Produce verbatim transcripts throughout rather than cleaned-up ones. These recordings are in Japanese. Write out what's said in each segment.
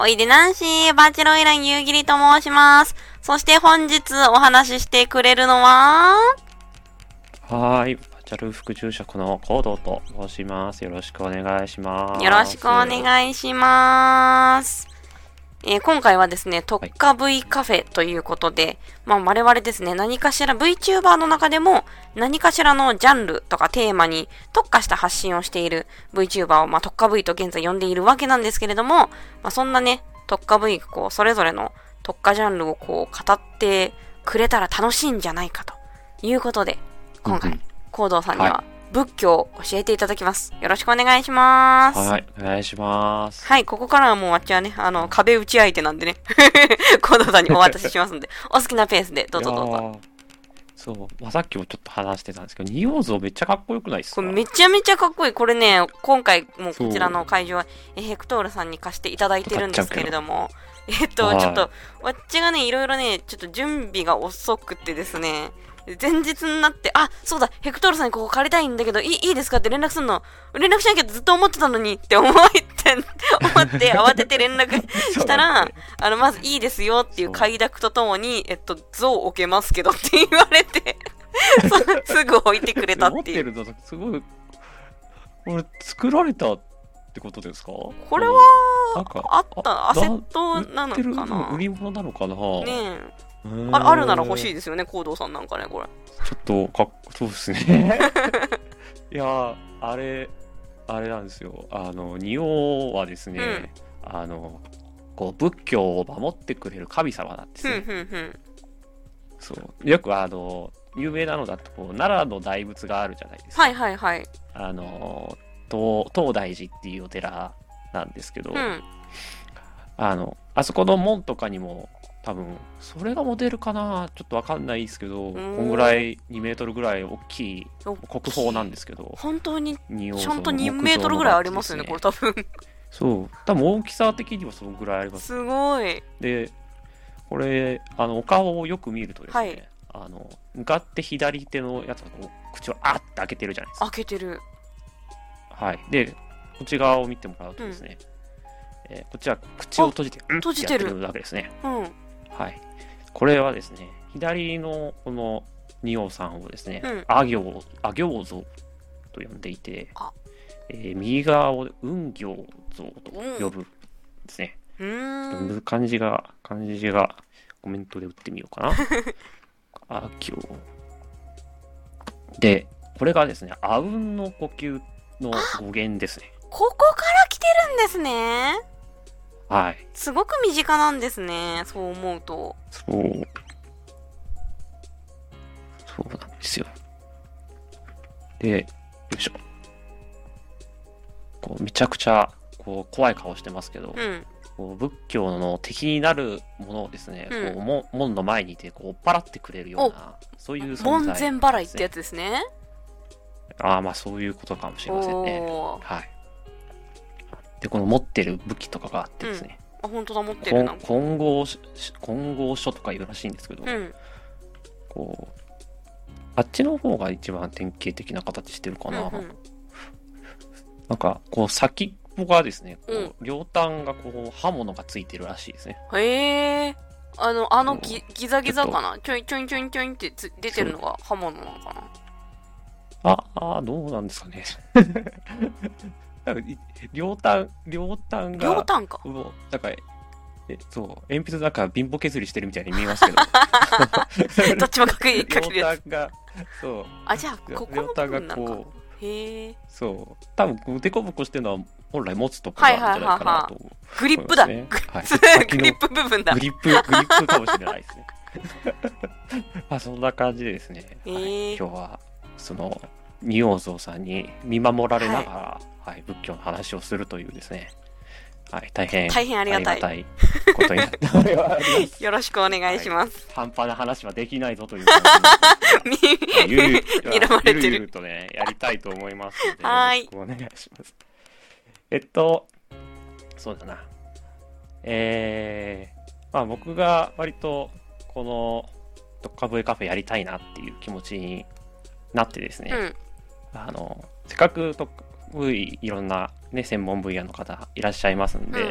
おいでなんしー、バチェロイラン夕霧と申します。そして本日お話ししてくれるのははーい、バチャル副住職のコードと申します。よろしくお願いします。 よろしくお願いします。えー、今回はですね、特化 V カフェということで、はい、まあ我々ですね、何かしら VTuber の中でも何かしらのジャンルとかテーマに特化した発信をしている VTuber を、まあ、特化 V と現在呼んでいるわけなんですけれども、まあ、そんなね、特化 V がこう、それぞれの特化ジャンルをこう、語ってくれたら楽しいんじゃないかということで、今回、コードーさんには、はい仏教を教えていただきます。よろしくお願いします。 はい、お願いします。 はい、ここからはもうあっちはね、あの、壁打ち相手なんでね、コードさんにお渡ししますので、お好きなペースでどうぞどうぞ。 そう、まあ、さっきもちょっと話してたんですけど、仁王像めっちゃかっこよくないですか？ これめちゃめちゃかっこいい。これね、今回もこちらの会場はヘクトールさんに貸していただいてるんですけれども、えっと、ちょっと、わっちがね、いろいろね、ちょっと準備が遅くてですね、前日になって、あ、そうだ、ヘクトールさんにここ借りたいんだけど、いい、いいですかって連絡するの、連絡しなきゃってずっと思ってたのにって思って、思って慌てて連絡したら、ね、あの、まずいいですよっていう快諾とともに、えっと、像置けますけどって言われて、すぐ置いてくれたっていう。 持ってるのすごい、これ作られたってことですか？ これは、なんかあった、アセットなのかな？ 売り物なのかな？ ねえ。あ, あるなら欲しいですよね、コードーさんなんかね、これ。 ちょっとかっそうですね。いやあれあれなんですよ。あの仁王はですね、うん、あのこう仏教を守ってくれる神様なんですね。 ふんふんふんそうよくあの有名なのだとこう奈良の大仏があるじゃないですか。 はいはいはい。 あの東東大寺っていうお寺なんですけど、 うん、 あのあそこの門とかにも。多分それがモデルかなちょっとわかんないですけどこんぐらいにメートルぐらい大きい国宝なんですけど本当にちゃんとにメートルぐらいありますよねこれ多分そう多分大きさ的にはそのぐらいあります、 ね、すごいでこれあのお顔をよく見るとですね、はい、あの向かって左手のやつが口をあって開けてるじゃないですか開けてるはいでこっち側を見てもらうとですね、うんえー、こっちは口を閉じてうん閉じてるやってるわけですねうんはい、これはですね左のこの仁王さんをですね、うん、阿行阿行像と呼んでいて、えー、右側を雲行像と呼ぶですね、 うん、 漢字が漢字がコメントで打ってみようかな阿行でこれがですね阿吽の呼吸の語源ですねここから来てるんですねはい。 すごく身近なんですね。そう思うと。 そう。そうなんですよ。で、よいしょ。こうめちゃくちゃこう怖い顔してますけど、 うん、 こう仏教の敵になるものをですね、うん、こう門の前にいてこう追っ払ってくれるようなそういう存在、 門前払いってやつですね。 ああまあそういうことかもしれませんね。はい。でこの持ってる武器とかがあってですね、 うん、あ本当だ持ってるな混合混合書とかいうらしいんですけど、 うん、 こうあっちの方が一番典型的な形してるかな、 うんうん、 なんかこう先っぽがですねこう、うん、両端がこう刃物がついてるらしいですね。 へえあのあのギギザギザかなちょいちょいちょいちょいってつ出てるのが刃物なのかなああどうなんですかねなんか両端両端が両端かなんかえそう鉛筆なんか貧乏削りしてるみたいに見えますけどどっちもかっこいい両端がそうあじゃあここの部分なのかへえそう多分デコボコしてるのは本来持つところなんじゃないかなと、はいはいはいはい、 グリップだ、ねはい、グリップ部分だグリップグリップかもしれないですねまあそんな感じでですね、はい、今日はその仁王像さんに見守られながら、はいはい、仏教の話をするというですね、はい、大変大変ありがたい、 ありがたいことになっておりますよろしくお願いします、 はい、半端な話はできないぞという感じでゆるゆるまれてるゆるゆるとねやりたいと思いますのではいよろしくお願いしますえっとそうだなえー、まあ僕が割とこの特化 V カフェやりたいなっていう気持ちになってですね、 うんあのせっかく特 V いろんな、ね、専門分野の方いらっしゃいますんで、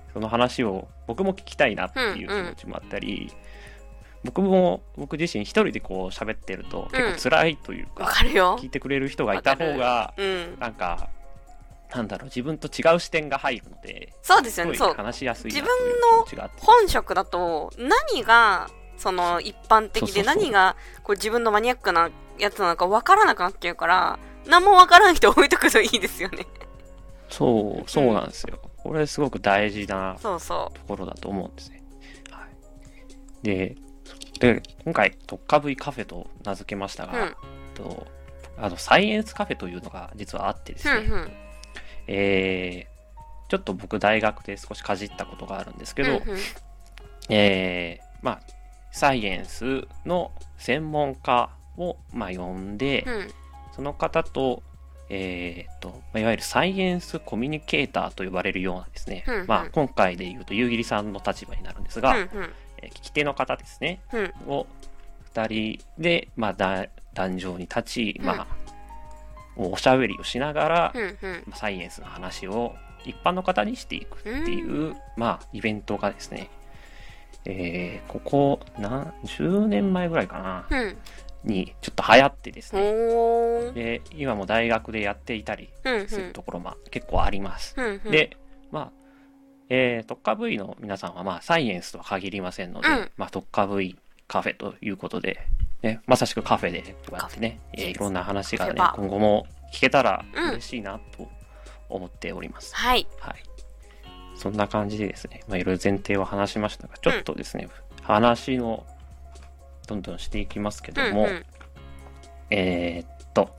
その話を僕も聞きたいなっていう気持ちもあったり、うんうん、僕も僕自身一人でこう喋ってると結構辛いというか、うん、聞いてくれる人がいた方が、うん、なんかなんだろう、自分と違う視点が入るので、 そうですよね、そう、 話しやすいな自という分の本職だと何がその一般的で何がこう自分のマニアックなやつなのか分からなくなっちゃうから、何も分からん人置いとくといいですよね。 そうそうなんですよ、うん、これすごく大事なそうそうところだと思うんですね。はい、でで今回特化 V カフェと名付けましたが、うん、とあのサイエンスカフェというのが実はあってですね、うんうん、えー、ちょっと僕大学で少しかじったことがあるんですけど、うんうん、えー、まあサイエンスの専門家を、まあ、呼んで、うん、その方と、えーと、いわゆるサイエンスコミュニケーターと呼ばれるようなですね、うんうん、まあ、今回で言うと夕霧さんの立場になるんですが、うんうん、えー、聞き手の方ですね、うん、をふたりで、まあ、だ壇上に立ち、うん、まあ、おしゃべりをしながら、うんうん、サイエンスの話を一般の方にしていくっていう、うん、まあ、イベントがですね、えー、ここ何じゅうねんまえぐらいかな、うん、にちょっと流行ってですね、で今も大学でやっていたりするところも結構あります、うんうん、でまあ、えー、特化 V の皆さんはまあサイエンスとは限りませんので、うん、まあ、特化 V カフェということで、ね、まさしくカフェでこうやってね、えー、いろんな話がね今後も聞けたら嬉しいなと思っております、 うん、はい、 はい、そんな感じでですね、まあ、いろいろ前提を話しましたが、ちょっとですね、うん、話のどんどんしていきますけども、うんうん、えー、っと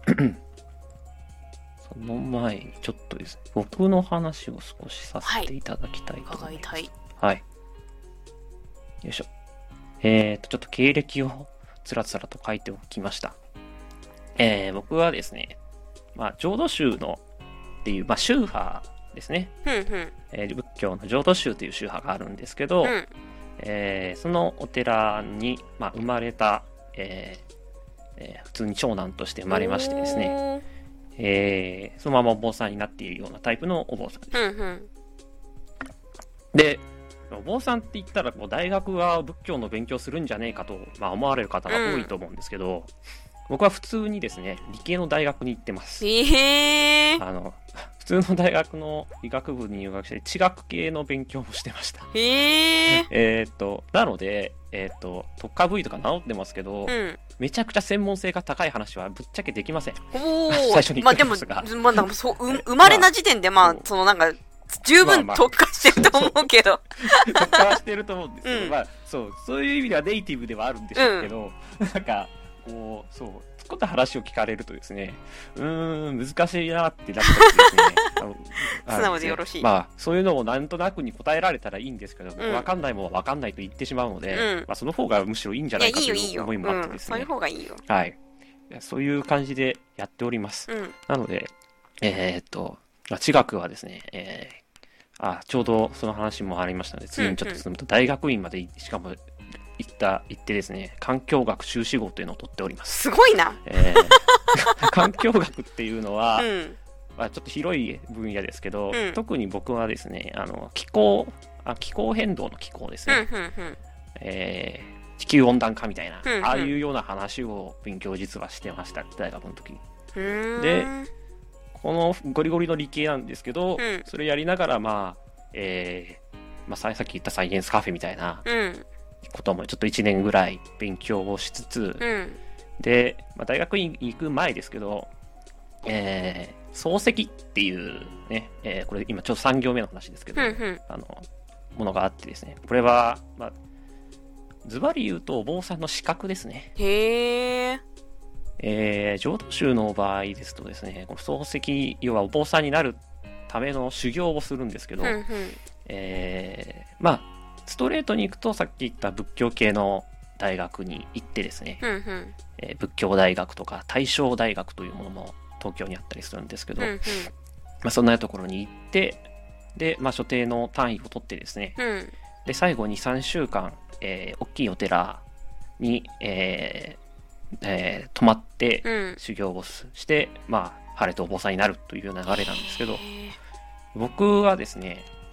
その前にちょっとですね、僕の話を少しさせていただきたいと思います。はい。はい、よいしょ。えー、っとちょっと経歴をつらつらと書いておきました。えー、僕はですね、まあ浄土宗のっていう、まあ、宗派ですね、うんうんえー、仏教の浄土宗という宗派があるんですけど、うん、えー、そのお寺に、まあ、生まれた、えーえー、普通に長男として生まれましてですね、えー、そのままお坊さんになっているようなタイプのお坊さんです、うんうん、でお坊さんって言ったらこう大学は仏教の勉強するんじゃねえかと、まあ、思われる方が多いと思うんですけど、うん、僕は普通にですね理系の大学に行ってます。 えー、 あの普通の大学の医学部に入学して地学系の勉強もしてました。 へーえっとなので、えー、と特化 V とか名乗ってますけど、うん、めちゃくちゃ専門性が高い話はぶっちゃけできません。 お最初に言ってますが、 まあ、でも、まあ、なんかそうう生まれな時点でまあ、まあ、そのなんか十分特化してると思うけど、 特化はしてると思うんですけど、うん、まあそうそういう意味ではネイティブではあるんでしょうけど、うん、なんかこうそう突っ込んだ話を聞かれるとですね、うーん難しいなってなった時ですね素直でよろしい。 まあそういうのをなんとなくに答えられたらいいんですけど、うん、分かんないものは分かんないと言ってしまうので、うん、まあ、その方がむしろいいんじゃないかという思いもあってですね、 そういう方がいいよ。 はい、そういう感じでやっております、うん、なのでえー、っと地学はですね、えー、あちょうどその話もありましたので次にちょっと進むと、大学院までしかも行った行ってですね環境学修士号というのを取っております。 すごいな、 えー、環境学っていうのは、うんまあ、ちょっと広い分野ですけど、うん、特に僕はですねあの気候あ気候変動の気候ですね、うんうんうんえー、地球温暖化みたいな、うんうん、ああいうような話を勉強実はしてました大学の時に。でこのゴリゴリの理系なんですけど、うん、それやりながらまあ、えーまあ、さっき言ったサイエンスカフェみたいな、うんこともちょっといちねんぐらい勉強をしつつ、うん、で、まあ、大学に行く前ですけど、えー、漱石っていうね、えー、これ今ちょっとさん行目の話ですけど、うんうん、あのものがあってですね、これは、まあ、ズバリ言うとお坊さんの資格ですね。 へー。 えー、浄土宗の場合ですとですね、この漱石、要はお坊さんになるための修行をするんですけど、うんうんえー、まあストレートに行くとさっき言った仏教系の大学に行ってですね、うんうんえー、仏教大学とか大正大学というものも東京にあったりするんですけど、うんうんまあ、そんなところに行ってで、まあ、所定の単位を取ってですね、うん、で最後にさんしゅうかん、えー、大きいお寺に、えーえー、泊まって修行をして、うん、まあ晴れてお坊さんになるという流れなんですけど僕はですね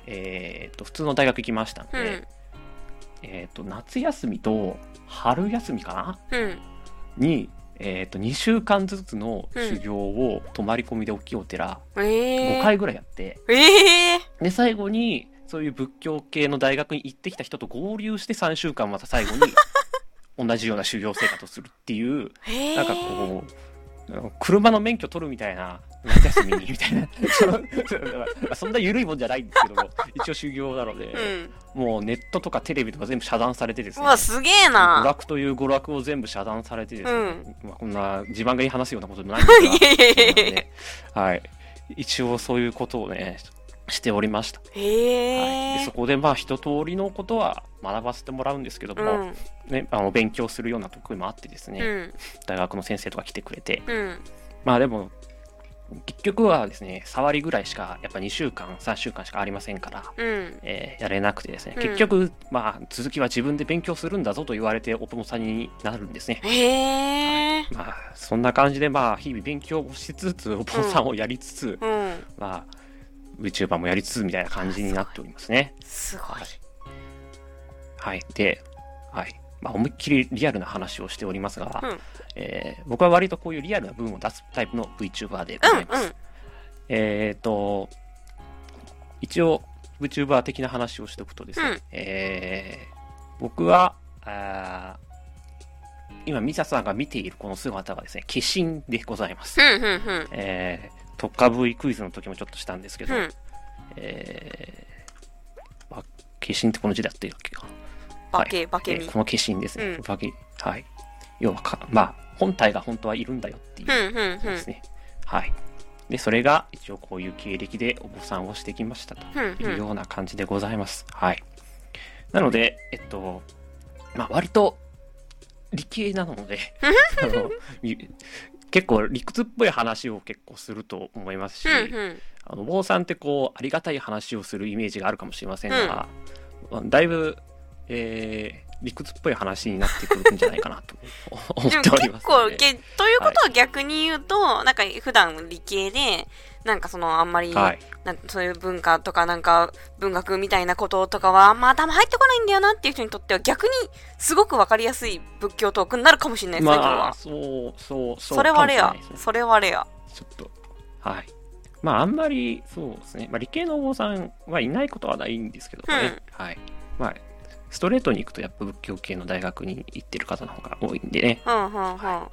えー、と普通の大学行きましたので、うん、えー、と夏休みと春休みかな、うん、に、えー、とにしゅうかんずつの修行を泊まり込みで大きいお寺、うん、ごかいぐらいやって、えー、で最後にそういう仏教系の大学に行ってきた人と合流してさんしゅうかんまた最後に同じような修行生活をするっていうなんかこう車の免許取るみたいな夏休みにみたいなそんな緩いもんじゃないんですけど一応修行なので、うん、もうネットとかテレビとか全部遮断されてですね、 うわすげえな、 娯楽という娯楽を全部遮断されてですね、うんまあ、こんな自慢げに話すようなことでもないんですがはい、一応そういうことをねしておりました。へー、はい、でそこでまあ一通りのことは学ばせてもらうんですけども、うんね、あの勉強するような得意もあってですね、うん、大学の先生とか来てくれて、うん、まあでも結局はですね触りぐらいしかやっぱにしゅうかんさんしゅうかんしかありませんから、うんえー、やれなくてですね、うん、結局まあ続きは自分で勉強するんだぞと言われてお坊さんになるんですね。へー、はい、まあそんな感じでまあ日々勉強をしつつお坊さんをやりつつ、うん、まあVTuber もやりつつみたいな感じになっておりますね。 すごい。はい。 はい、で、はい。まあ、思いっきりリアルな話をしておりますが、うんえー、僕は割とこういうリアルな部分を出すタイプの VTuber でございます。うんうん、えっ、ー、と、一応 VTuber 的な話をしておくとですね、うんえー、僕は、あ今、ミサさんが見ているこの姿がですね、化身でございます。うんうんうんえー特化 V クイズの時もちょっとしたんですけど、うん、えー、化身ってこの字でやってるっけか。 化け、化け身、 えー、この化身ですね。うん、化け、はい。要はか、まあ、本体が本当はいるんだよっていうですね。うんうんうん、はい。で、それが一応こういう経歴でお坊さんをしてきましたというような感じでございます。うんうん、はい。なので、えっと、まあ、割と理系なので、あの結構理屈っぽい話を結構すると思いますし、うんうん、あの坊さんってこうありがたい話をするイメージがあるかもしれませんが、うん、だいぶ、えー、理屈っぽい話になってくるんじゃないかなと思っておりますので。 結構ということは逆に言うと、はい、なんか普段理系でなんかそのあんまり、はい、なんそういう文化とかなんか文学みたいなこととかはあんま頭入ってこないんだよなっていう人にとっては逆にすごくわかりやすい仏教トークになるかもしれないですね。 まあそうそうそう。 それはレア。それはレア。 ちょっとはい。まああんまりそうですね。まあ理系のお坊さんはいないことはないんですけどね。うん、はい。まあストレートに行くとやっぱ仏教系の大学に行ってる方の方が多いんでね。うんうんうん。はい、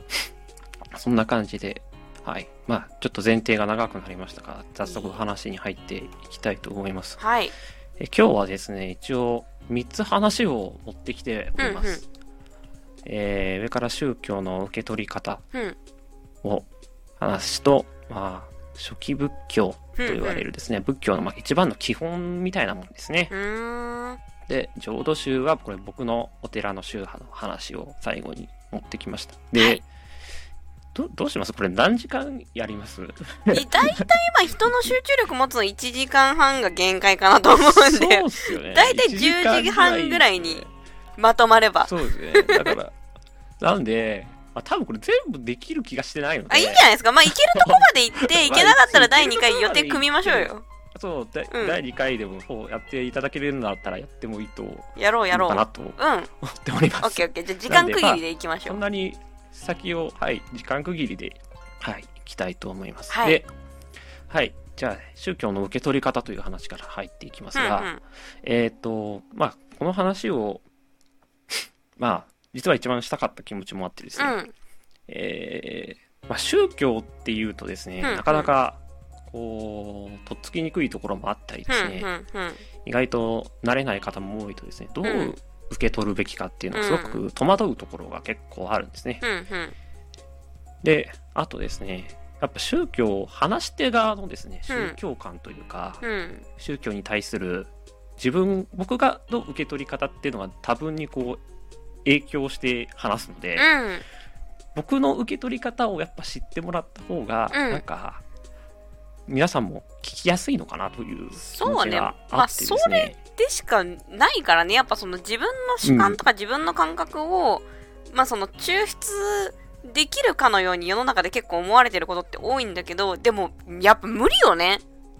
そんな感じで。はい。まあ、ちょっと前提が長くなりましたが、早速話に入っていきたいと思います。はい。え今日はですね、一応みっつ話を持ってきております。うんうんえー、上から宗教の受け取り方を話と、うん、まあ、初期仏教と言われるですね、うんうん、仏教のまあ一番の基本みたいなもんですね。うーんで、浄土宗はこれ僕のお寺の宗派の話を最後に持ってきました。で、はいど, どうしますこれ何時間やります大体今人の集中力持つのいちじかんはんが限界かなと思うんでそうっすよね大体じゅうじはんぐらいにまとまればそうですねだからなんで、まあ、多分これ全部できる気がしてないのであいいんじゃないですかまあいけるとこまで行っていけなかったらだいにかい予定組みましょうよそう、うん、だいにかいでもそうやっていただけるんだったらやってもいいとやろうやろうかなと思っております、 うん、オッケーオッケーじゃあ時間区切りでいきましょう、 まあ、そんなに先を、はい、時間区切りで、はい、いきたいと思います。はい、で、はい、じゃあ、宗教の受け取り方という話から入っていきますが、うんうん、えっと、まあ、この話を、まあ、実は一番したかった気持ちもあってですね、うん、えー、まあ、宗教っていうとですね、うんうん、なかなか、こう、とっつきにくいところもあったりですね、うんうんうん、意外と慣れない方も多いとですね、どう、うん受け取るべきかっていうのはすごく戸惑うところが結構あるんですね。うんうん、で、あとですね、やっぱ宗教、話し手側のですね、宗教観というか、うん、宗教に対する自分、僕がの受け取り方っていうのが多分にこう影響して話すので、うん、僕の受け取り方をやっぱ知ってもらった方が、うん、なんか、皆さんも聞きやすいのかなという気持ちがあってですね。 でしかないからねやっぱその自分の主観とか自分の感覚を、うん、まあその抽出できるかのように世の中で結構思われてることって多いんだけどでもやっぱ無理よね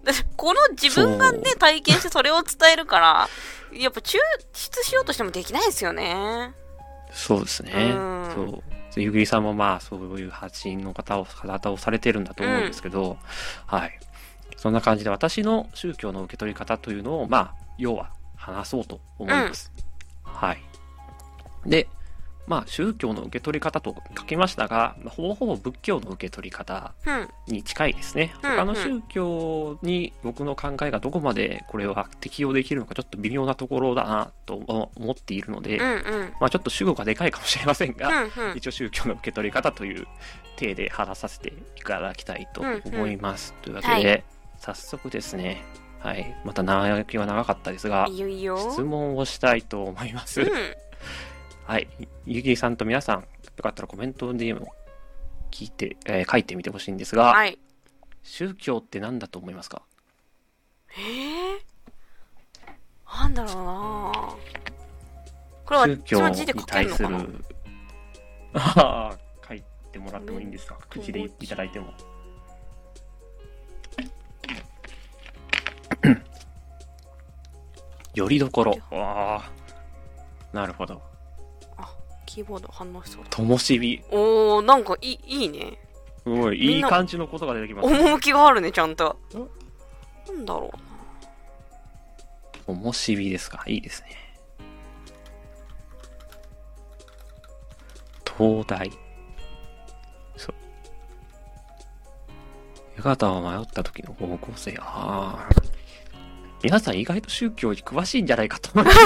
この自分がね、体験してそれを伝えるから、やっぱ抽出しようとしてもできないですよね。 そうですね。うん、そう。ゆぐりさんもまあ、そういう発信の方を、方をされてるんだと思うんですけど、うん、はい。そんな感じで私の宗教の受け取り方というのを、まあ、要は話そうと思います。うん、はい。で、まあ、宗教の受け取り方と書きましたが、ほぼほぼ仏教の受け取り方に近いですね。うん、他の宗教に僕の考えがどこまでこれは適用できるのかちょっと微妙なところだなと思っているので、うんうん、まあちょっと主語がでかいかもしれませんが、うんうん、一応宗教の受け取り方という体で話させていただきたいと思います。うんうん、というわけで、はい、早速ですね、はい、また長きは長かったですが、いよいよ質問をしたいと思います。うんはい。ゆぎりさんと皆さん、よかったらコメントでも聞いて、えー、書いてみてほしいんですが、はい、宗教って何だと思いますか？ えー、なんだろうなこれは宗教に対する、ああ、書いてもらってもいいんですか？口で言っていただいても。よりどころ。ああ、なるほど。 キーボード反応しそう。 ともしび。 おー、なんかいい、いいね。 すごい、いい感じのことが出てきますね。趣があるね、ちゃんと。なんだろうな。 ともしびですか。いいですね。東大。そう。湯方は迷った時の方向性。ああ。皆さん意外と宗教に詳しいんじゃないかと思います。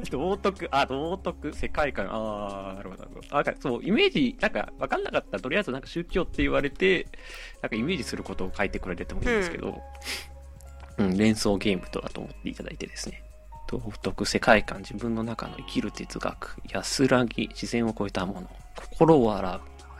道徳、あ、道徳、世界観、ああ、なるほど、なるほど。なんかそう、イメージ、なんか分かんなかったら、とりあえずなんか宗教って言われて、なんかイメージすることを書いてくれてもいいんですけど、うん、うん、連想ゲームとだと思っていただいてですね。道徳、世界観、自分の中の生きる哲学、安らぎ、自然を超えたもの、心を洗う、はい、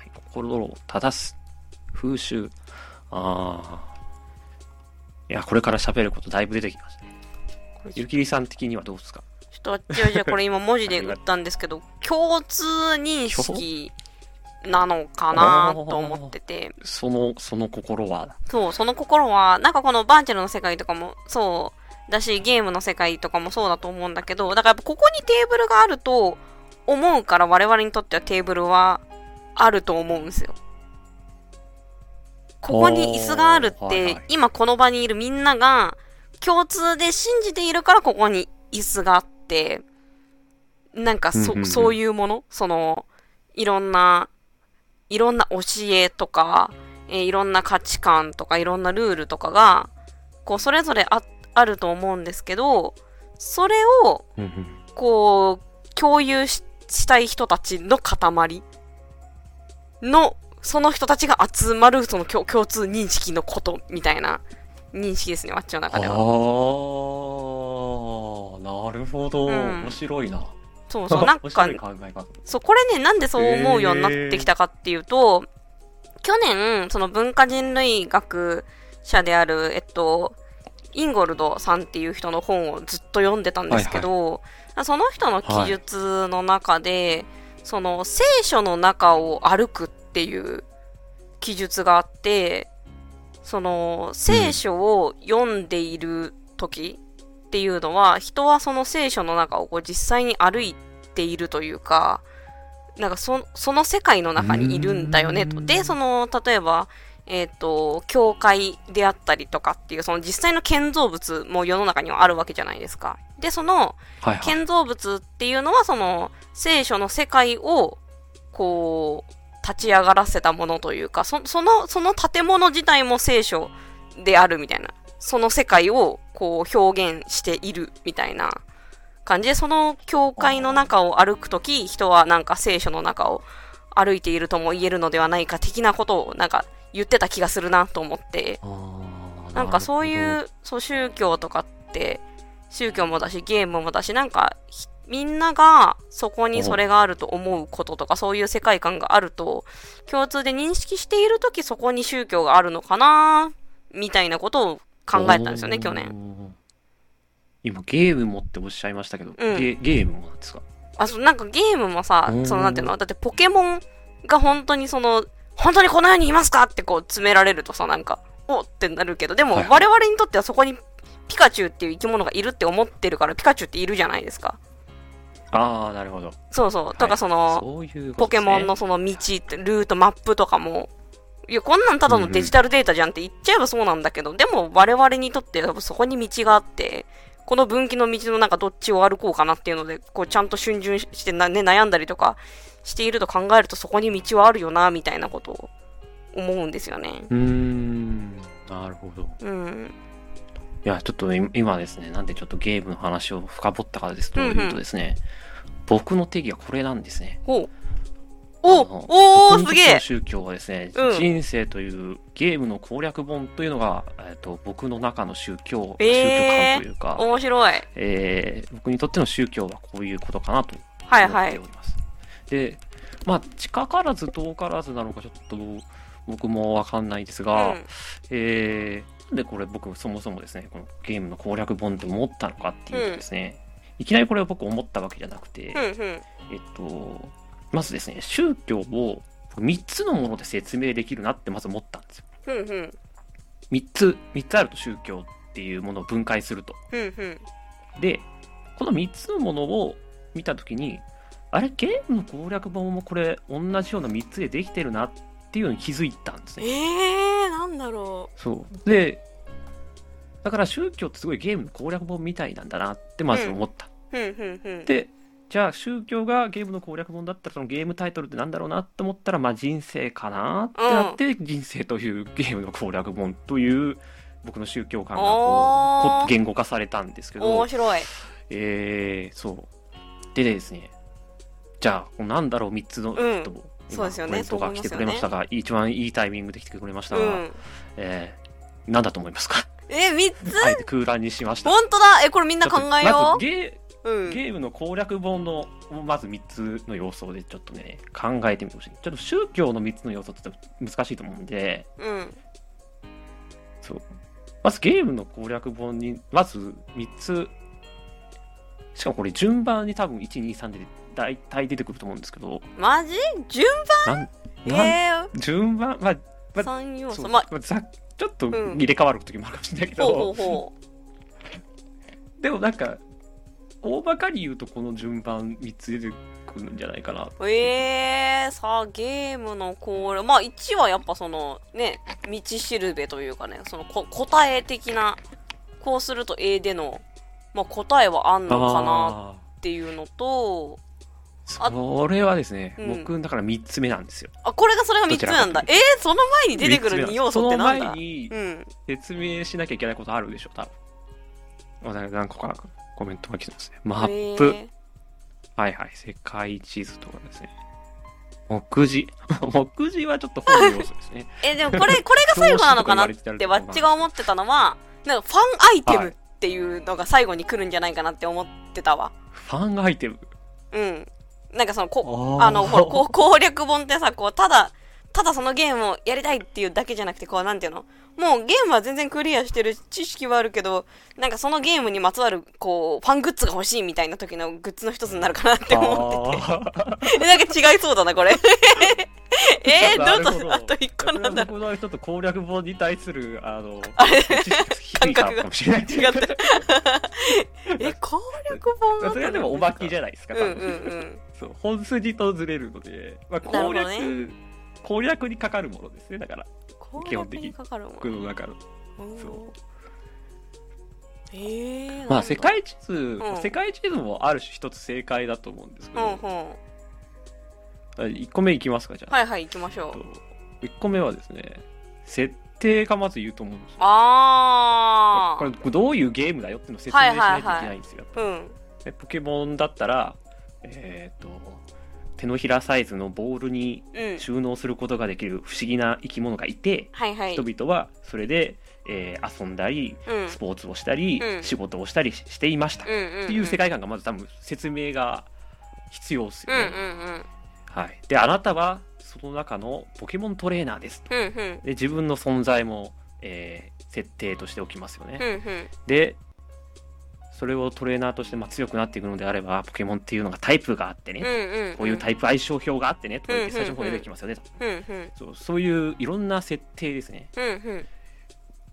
心を正す、風習、ああ、いや、これから喋ることだいぶ出てきましたね。ゆきりさん的にはどうですか？ ちょっとあっちはじゃあこれ今文字で打ったんですけど、共通認識なのかなと思ってて。 その、その心はそう、その心は、なんかこのバーチャルの世界とかもそうだし、ゲームの世界とかもそうだと思うんだけど、だからやっぱここにテーブルがあると思うから我々にとってはテーブルはあると思うんですよ。ここに椅子があるって、はいはい、今この場にいるみんなが共通で信じているからここに椅子があって、なんかそ、そういうものその、いろんな、いろんな教えとか、えー、いろんな価値観とか、いろんなルールとかが、こう、それぞれあ、あると思うんですけど、それを、こう、共有 し, したい人たちの塊の、その人たちが集まるその共通認識のことみたいな認識ですね、わっちの中では。あー、なるほど、うん、面白いな。 そうそう、なんか、そう、これね、なんでそう思うようになってきたかっていうと、去年、その文化人類学者である、えっと、インゴルドさんっていう人の本をずっと読んでたんですけど、はいはい、その人の記述の中で、はい、その聖書の中を歩くっていう記述があって、その聖書を読んでいる時っていうのは、うん、人はその聖書の中をこう実際に歩いているというか、なんか そ, その世界の中にいるんだよねと。で、その例えばえっと教会であったりとかっていうその実際の建造物も世の中にはあるわけじゃないですか。で、その建造物っていうのはその聖書の世界をこう立ち上がらせたものというか、そ, そのその建物自体も聖書であるみたいな、その世界をこう表現しているみたいな感じで、その教会の中を歩くとき、人はなんか聖書の中を歩いているとも言えるのではないか的なことをなんか言ってた気がするなと思って、なんかそういうそう宗教とかって宗教もだしゲームもだし、なんかみんながそこにそれがあると思うこととか、そういう世界観があると共通で認識しているとき、そこに宗教があるのかなみたいなことを考えたんですよね、去年。 今ゲームもっておっしゃいましたけど、うん、ゲ, ゲームもなんですか？ あ、そう、なんかゲームもさ、そのなんていうの、だってポケモンが本当にその本当にこの世にいますかってこう詰められるとさ、なんかおってなるけど、でも我々にとってはそこにピカチュウっていう生き物がいるって思ってるから、ピカチュウっているじゃないですか。 ああ、なるほど。 そうそう。はい、とかその、そういうね、ポケモンのその道、ルート、マップとかも、いや、こんなんただのデジタルデータじゃんって言っちゃえばそうなんだけど、うんうん、でも我々にとってそこに道があって、この分岐の道のなんかどっちを歩こうかなっていうので、こうちゃんと逡巡してな、ね、悩んだりとかしていると考えると、そこに道はあるよな、みたいなことを思うんですよね。 うーん、なるほど。 うん。 いや、ちょっと今ですね、なんでちょっとゲームの話を深掘ったからですというとですね、うんうん、僕の定義はこれなんですね。 ほう。おおおすげえ。 宗教はですね、 うん、 人生というゲームの攻略本というのが、えー、と僕の中の宗教、えー、宗教観というか、 面白い、 えー。僕にとっての宗教はこういうことかなと思っております。 はいはい、 で、まあ近からず遠からずなのかちょっと僕もわかんないですが、うん、えー、でこれ僕そもそもですね、このゲームの攻略本って思ったのかっていうとですね、うん、いきなりこれを僕思ったわけじゃなくて、 うんうん、えっとまずですね、宗教をみっつのもので説明できるなってまず思ったんですよ。 うんうん、 みっつ、みっつあると宗教っていうものを分解すると。 うんうん、 で、このみっつのものを見たときに、あれ、ゲームの攻略本もこれ同じようなみっつでできてるなっていうのに気づいたんですね。 えー、なんだろう。そう。で、だから宗教ってすごいゲームの攻略本みたいなんだなってまず思った。 うんうんうんうん、 で、じゃあ宗教がゲームの攻略本だったらそのゲームタイトルってなんだろうなって思ったら、まあ人生かなってなって、うん、人生というゲームの攻略本という僕の宗教観がこう言語化されたんですけど、 面白い。 えー、そうでですね、じゃあなんだろうみっつの、うん、とそうですよね、 コメントが来てくれましたが、ね、一番いいタイミングで来てくれましたが、うん、えー、なんだと思いますか？ えみっつあえて空欄にしました。 本当だ。えこれみんな考えよう。 まずゲーうん、ゲームの攻略本のまずみっつの要素でちょっとね考えてみてほしい。ちょっと宗教のみっつの要素って難しいと思うんで、 うん、 そうまずゲームの攻略本にまずみっつ、しかもこれ順番に多分いち、に、さんで大体出てくると思うんですけど、 マジ順番なんえー、順番まあ、まあ、 さん要素、 まあ、ちょっと入れ替わる時もあるかもしれないけど、 うん、ほうほうほうでもなんか大まかに言うとこの順番みっつ出てくるんじゃないかな。 えー、さあゲームのこれまあいちはやっぱそのね道しるべというかね、そのこ答え的なこうすると A での、まあ、答えはあんのかなっていうのと、 それはですね、うん、僕だからみっつめなんですよ。 あこれがそれがみっつなんだ。えー、その前に出てくるに要素ってなんだ。 その前に説明しなきゃいけないことあるでしょ多分。何個かコメントが来てますね。マップ。はいはい。世界地図とかですね。目次。目次はちょっと本の要素ですね。 え、でもこれ、これが最後なのかなってわっちが思ってたのは、なんかファンアイテムっていうのが最後に来るんじゃないかなって思ってたわ。 ファンアイテムうん。なんかその、こあの、ほら、こ攻略本ってさ、こう、ただ、ただそのゲームをやりたいっていうだけじゃなくて、こう、なんていうの？もうゲームは全然クリアしてる知識はあるけど、なんかそのゲームにまつわる、こう、ファングッズが欲しいみたいな時のグッズの一つになるかなって思ってて。なんか違いそうだな、これ。えー、どうぞ、あと一個なんだろう。 僕のちょっと攻略本に対する、あの、 あれ感覚がかもしれない。 違ってる。え、攻略本はそれはでもおまけじゃないですか、 うんうんうん。 そう、本筋とずれるので、まあ、攻略、ね、攻略にかかるものですね、だから。基本的に僕の中の。そう。 えー、 まあ世界地図、うん、世界地図もある種一つ正解だと思うんですけど、うんうん、いっこめいきますか、じゃあ。 はいはい、いきましょう。いっこめはですね、設定がまず言うと思うんですよ。 あー。これどういうゲームだよっていうのを説明しないといけないんですよ。 はいはいはい、 うん、ポケモンだったら、えっと、手のひらサイズのボールに収納することができる不思議な生き物がいて、 うんはいはい、 人々はそれで、えー、遊んだり、うん、スポーツをしたり、うん、仕事をしたりしていました、うんうんうん、っていう世界観がまず多分説明が必要ですよね、 うんうんうん、 はい、であなたはその中のポケモントレーナーですと、 うんうん、 で自分の存在も、えー、設定としておきますよね、 うんうん、 でそれをトレーナーとしてまあ強くなっていくのであれば、ポケモンっていうのがタイプがあってね、 うんうんうん、 こういうタイプ相性表があってね、とか言って最初の方に出てきますよね、 うんうん、 そう、そういういろんな設定ですね、 うんうん、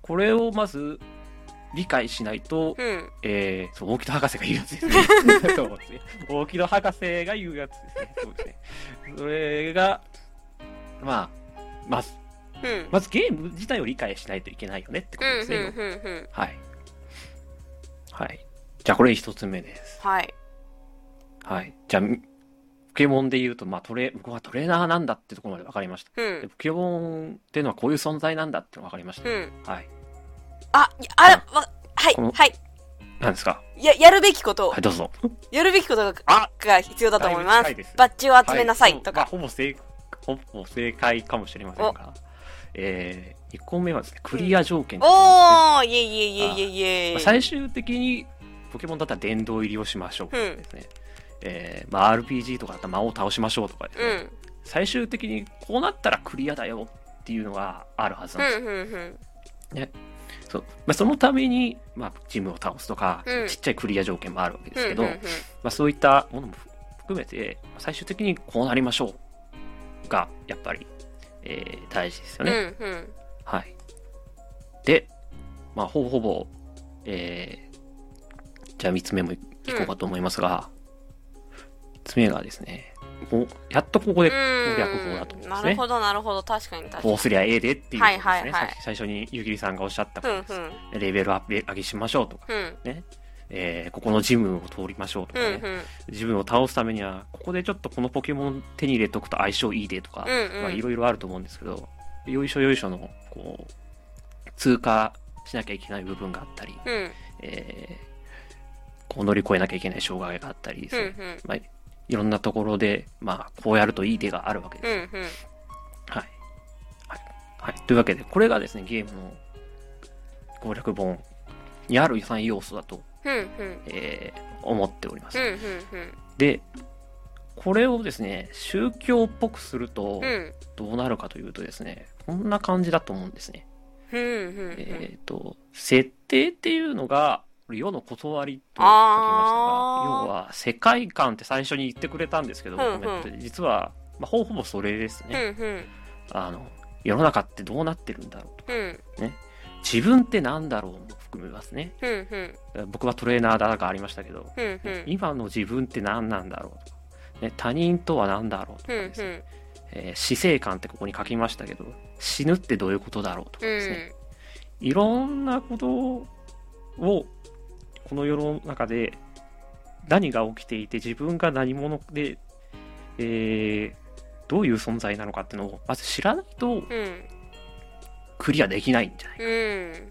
これをまず理解しないと、 うん、 えー、そう、大木戸博士が言うやつですね。そうですね。大木戸博士が言うやつですね。そうですね。それが、まあ、まず、うん、まずゲーム自体を理解しないといけないよねってことですね。うんうんうんうん、はい。はい。じゃあこれ一つ目です。 はい。 はい。じゃあ、ポケモンで言うと、まあトレ、僕はトレーナーなんだってところまで分かりました。うん、でポケモンっていうのはこういう存在なんだってのが分かりました。うん、はい。 あ、あれ、わ、はい、はい。 何ですか？ や、やるべきことを。 はい、どうぞ。 やるべきことが必要だと思います。バッジを集めなさいとか。 はい、ほぼ正、ほぼ正解かもしれませんが、えー、いっこめはですね、クリア条件ですね。 おー、いえいえいえいえいえ。 まあ、最終的に、ポケモンだったら殿堂入りをしましょうですね。うん、えー、まあ アールピージー とかだったら魔王を倒しましょうとかですね。うん、最終的にこうなったらクリアだよっていうのがあるはずなんですよ。うんうんうん、ね。そうまあ、そのために、まあ、ジムを倒すとか、うん、ちっちゃいクリア条件もあるわけですけど、うんうんうん、まあ、そういったものも含めて、最終的にこうなりましょうが、やっぱり、えー、大事ですよね。うんうん、はい。で、まあ、ほぼほぼ、えー、じゃあみっつめもいこうかと思いますが、みっつめがですね、こうやっとここで攻略法だと思うんですね。 なるほどなるほど、確かに確かに。 こうすりゃええでっていうことですね。はいはいはい、最初にゆきりさんがおっしゃったことです、うんうん。レベルアップ上げしましょうとか、うん、ね、えー、ここのジムを通りましょうとかね、うんうん、ジムを倒すためにはここでちょっとこのポケモン手に入れとくと相性いいでとか、まあいろいろあると思うんですけど、よいしょよいしょのこう通過しなきゃいけない部分があったり、うん、えー、こう乗り越えなきゃいけない障害があったりですね。うんうん、まあいろんなところで、まあ、こうやるといい手があるわけです。うんうん、はい。はい。はい。というわけで、これがですね、ゲームの攻略本にあるさん要素だと、うんうん、えー、思っております、うんうんうん。で、これをですね、宗教っぽくすると、どうなるかというとですね、こんな感じだと思うんですね。うんうんうん、えっと、設定っていうのが、世の断りと書きましたが、要は世界観って最初に言ってくれたんですけど、うんうん、コメントで実は、まあ、ほぼほぼそれですね、うんうん、あの世の中ってどうなってるんだろうとか、うん、ね、自分ってなんだろうも含めますね、うんうん、僕はトレーナーだがありましたけど、うんうん、ね、今の自分って何なんだろうとか、ね、他人とは何だろうとかですね、うんうん、えー、死生観ってここに書きましたけど、死ぬってどういうことだろうとかですね、うん、いろんなことをこの世の中で何が起きていて、自分が何者で、えー、どういう存在なのかっていうのをまず知らないと、うん、クリアできないんじゃないか、うん、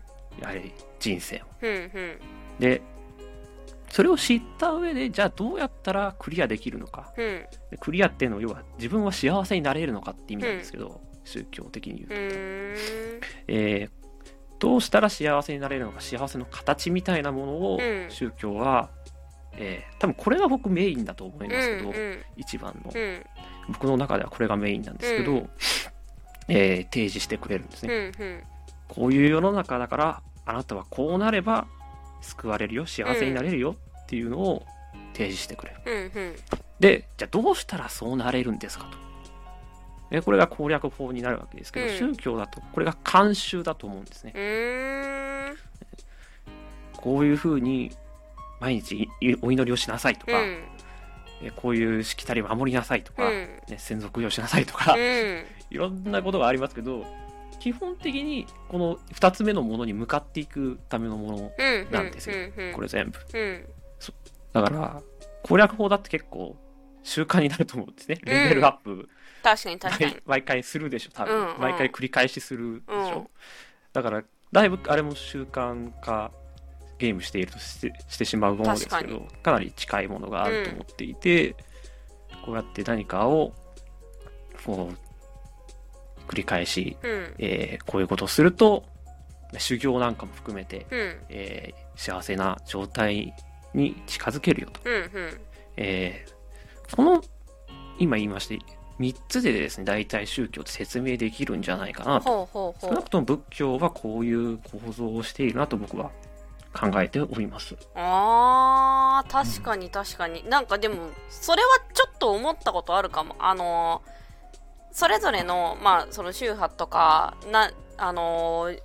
やはり人生を、うんうん、でそれを知った上で、じゃあどうやったらクリアできるのか、うん、でクリアっていうのは要は自分は幸せになれるのかって意味なんですけど、うん、宗教的に言うと、うん、えーどうしたら幸せになれるのか、幸せの形みたいなものを宗教は、うん、えー、多分これが僕メインだと思いますけど、うんうん、一番の、うん、僕の中ではこれがメインなんですけど、うん、えー、提示してくれるんですね、うんうん、こういう世の中だからあなたはこうなれば救われるよ、幸せになれるよっていうのを提示してくれる、うんうん、で、じゃあどうしたらそうなれるんですかと、これが攻略法になるわけですけど、うん、宗教だとこれが慣習だと思うんですね。うーん、こういうふうに毎日お祈りをしなさいとか、うん、こういうしきたりを守りなさいとか、うん、ね、先祖供養しなさいとか、うん、いろんなことがありますけど、基本的にこのふたつめのものに向かっていくためのものなんですよ、うん、これ全部、うん、だから攻略法だって結構習慣になると思うんですね。レベルアップ、うん、 確かに確かに毎回するでしょ多分、うんうん、毎回繰り返しするでしょ、うん、だからだいぶあれも習慣化ゲームしているとして、してしまうものですけど、 か, かなり近いものがあると思っていて、うん、こうやって何かをこう繰り返し、うん、えー、こういうことをすると修行なんかも含めて、うん、えー、幸せな状態に近づけるよと、うんうん、えー、この今言いましたみっつでですね、大体宗教って説明できるんじゃないかなと。ほうほうほう、少なくとも仏教はこういう構造をしているなと僕は考えております。 あー、確かに確かに、うん、なんかでもそれはちょっと思ったことあるかも。あのー、それぞれのまあその宗派とかな、あのー、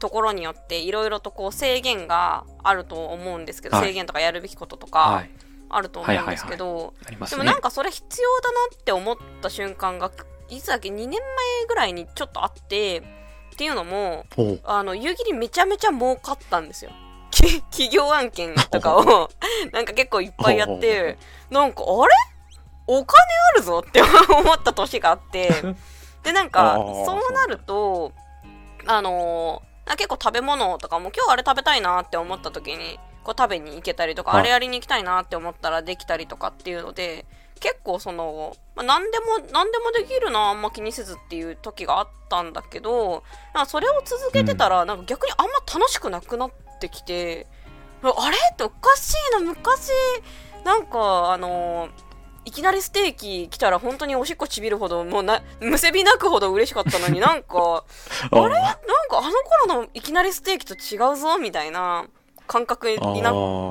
ところによっていろいろとこう制限があると思うんですけど、 はい、 制限とかやるべきこととかあると思うんですけど、でもなんかそれ必要だなって思った瞬間がいつだっけにねんまえぐらいにちょっとあって、っていうのもあの夕霧めちゃめちゃ儲かったんですよ。企業案件とかをなんか結構いっぱいやって、なんかあれお金あるぞって思った年があってでなんかそうなるとあのー、結構食べ物とかも今日あれ食べたいなって思った時にこう食べに行けたりとか、あれやりに行きたいなって思ったらできたりとかっていうので、結構その、まあ、何でも何でもできるな、あんま気にせずっていう時があったんだけど、なんかそれを続けてたら、なんか逆にあんま楽しくなくなってきて、うん、あれっておかしいな、昔なんかあのーいきなりステーキ来たら本当におしっこちびるほど、もうな、むせび泣くほど嬉しかったのになんか、あれなんかあの頃のいきなりステーキと違うぞみたいな感覚になって、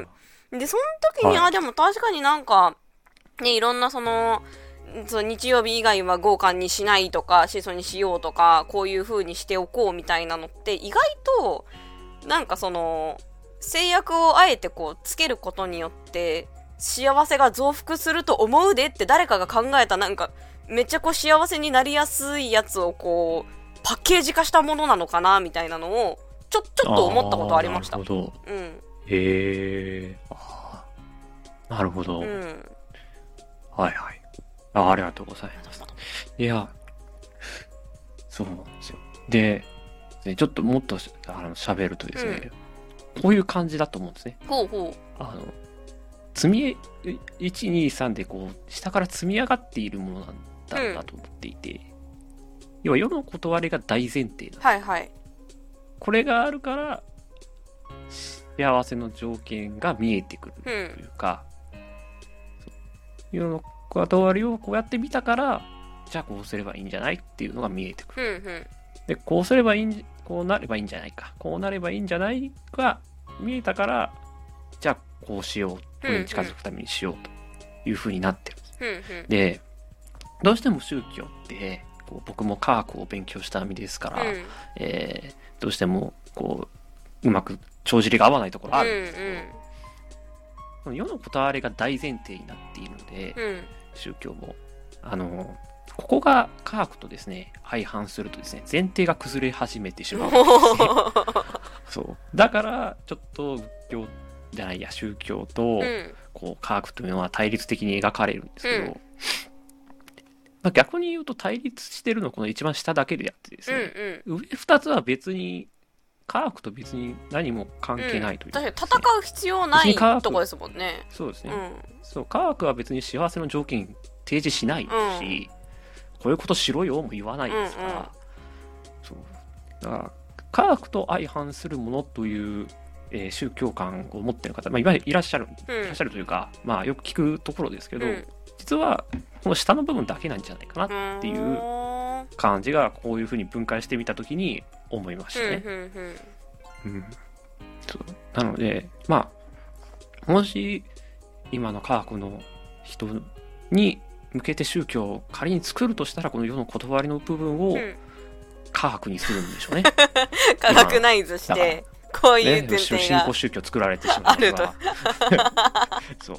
で、その時に、はい、あ、でも確かになんか、ね、いろんなその、その日曜日以外は豪華にしないとか、質素にしようとか、こういう風にしておこうみたいなのって、意外と、なんかその、制約をあえてこう、つけることによって、幸せが増幅すると思うでって誰かが考えたなんかめっちゃこう幸せになりやすいやつをこうパッケージ化したものなのかなみたいなのをちょちょっと思ったことありました。 なるほど。 うん。へえ。ああ。なるほど。 うん。 はいはい。あ、ありがとうございます。いや、そうなんですよ。で、ちょっともっとあの喋るとですね、うん、こういう感じだと思うんですね。 ほうほう。 あの積みいち、に、さんでこう下から積み上がっているものなんだろうなと思っていて、うん、要は世の断りが大前提なんです。 はいはい。これがあるから幸せの条件が見えてくるというか、うん、世の断りをこうやって見たからじゃあこうすればいいんじゃないっていうのが見えてくる。 うんうん、でこうすればいいんこうなればいいんじゃないかこうなればいいんじゃないが見えたからじゃあこうしよう、これに近づくためにしようという風になってるんです。 うんうん、 で、どうしても宗教ってこう僕も科学を勉強した身ですから、うんえー、どうしてもこううまく帳尻が合わないところあるんですけど、うんうん、世の断りが大前提になっているので、うん、宗教もあのここが科学とですね相反するとですね前提が崩れ始めてしまうんですね。そうだからちょっと仏教じゃないや宗教と、うん、こう科学というのは対立的に描かれるんですけど、うんまあ、逆に言うと対立してるのはこの一番下だけであってですね、うんうん、上ふたつは別に科学と別に何も関係ないという、ねうん、確かに戦う必要ないとこですもんね。 そうですね、うん、そう科学は別に幸せの条件提示しないですし、うん、こういうことしろよも言わないですから、うんうん、そうだから科学と相反するものというえー、宗教観を持っている方、まあ、いらっしゃる、うん、いらっしゃるというか、まあ、よく聞くところですけど、うん、実はこの下の部分だけなんじゃないかなっていう感じがこういうふうに分解してみたときに思いましたね。うんうんうん、そうなのでまあもし今の科学の人に向けて宗教を仮に作るとしたらこの世の断りの部分を科学にするんでしょうね。 科学ナイズしてこういう前提が、 ね、新興宗教作られてしまうのがそう、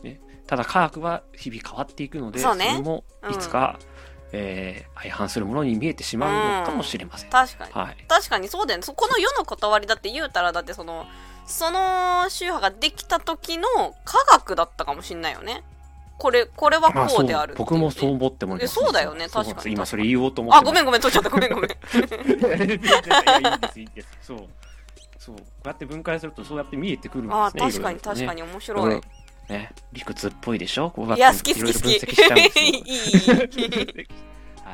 ね、ただ科学は日々変わっていくので そ,、ね、それもいつか、うんえー、相反するものに見えてしまうのかもしれません、うん、 確かに、はい、確かにそうだよね。この世の断りだって言うたらだってそのその宗派ができた時の科学だったかもしれないよね。これこれはこうであるって、ね、 僕もそう思ってもらいます。 そうだよね確かに。 今それ言おうと思ってあごめんごめん取っちゃったごめんごめんいいですいいですそうそうこうやって分解するとそうやって見えてくるんですね。 あ確かに確かに面白いね。理屈っぽいでしょ。こうやっていや好き好き好きいろいろ分析しちゃうんですよいいはい、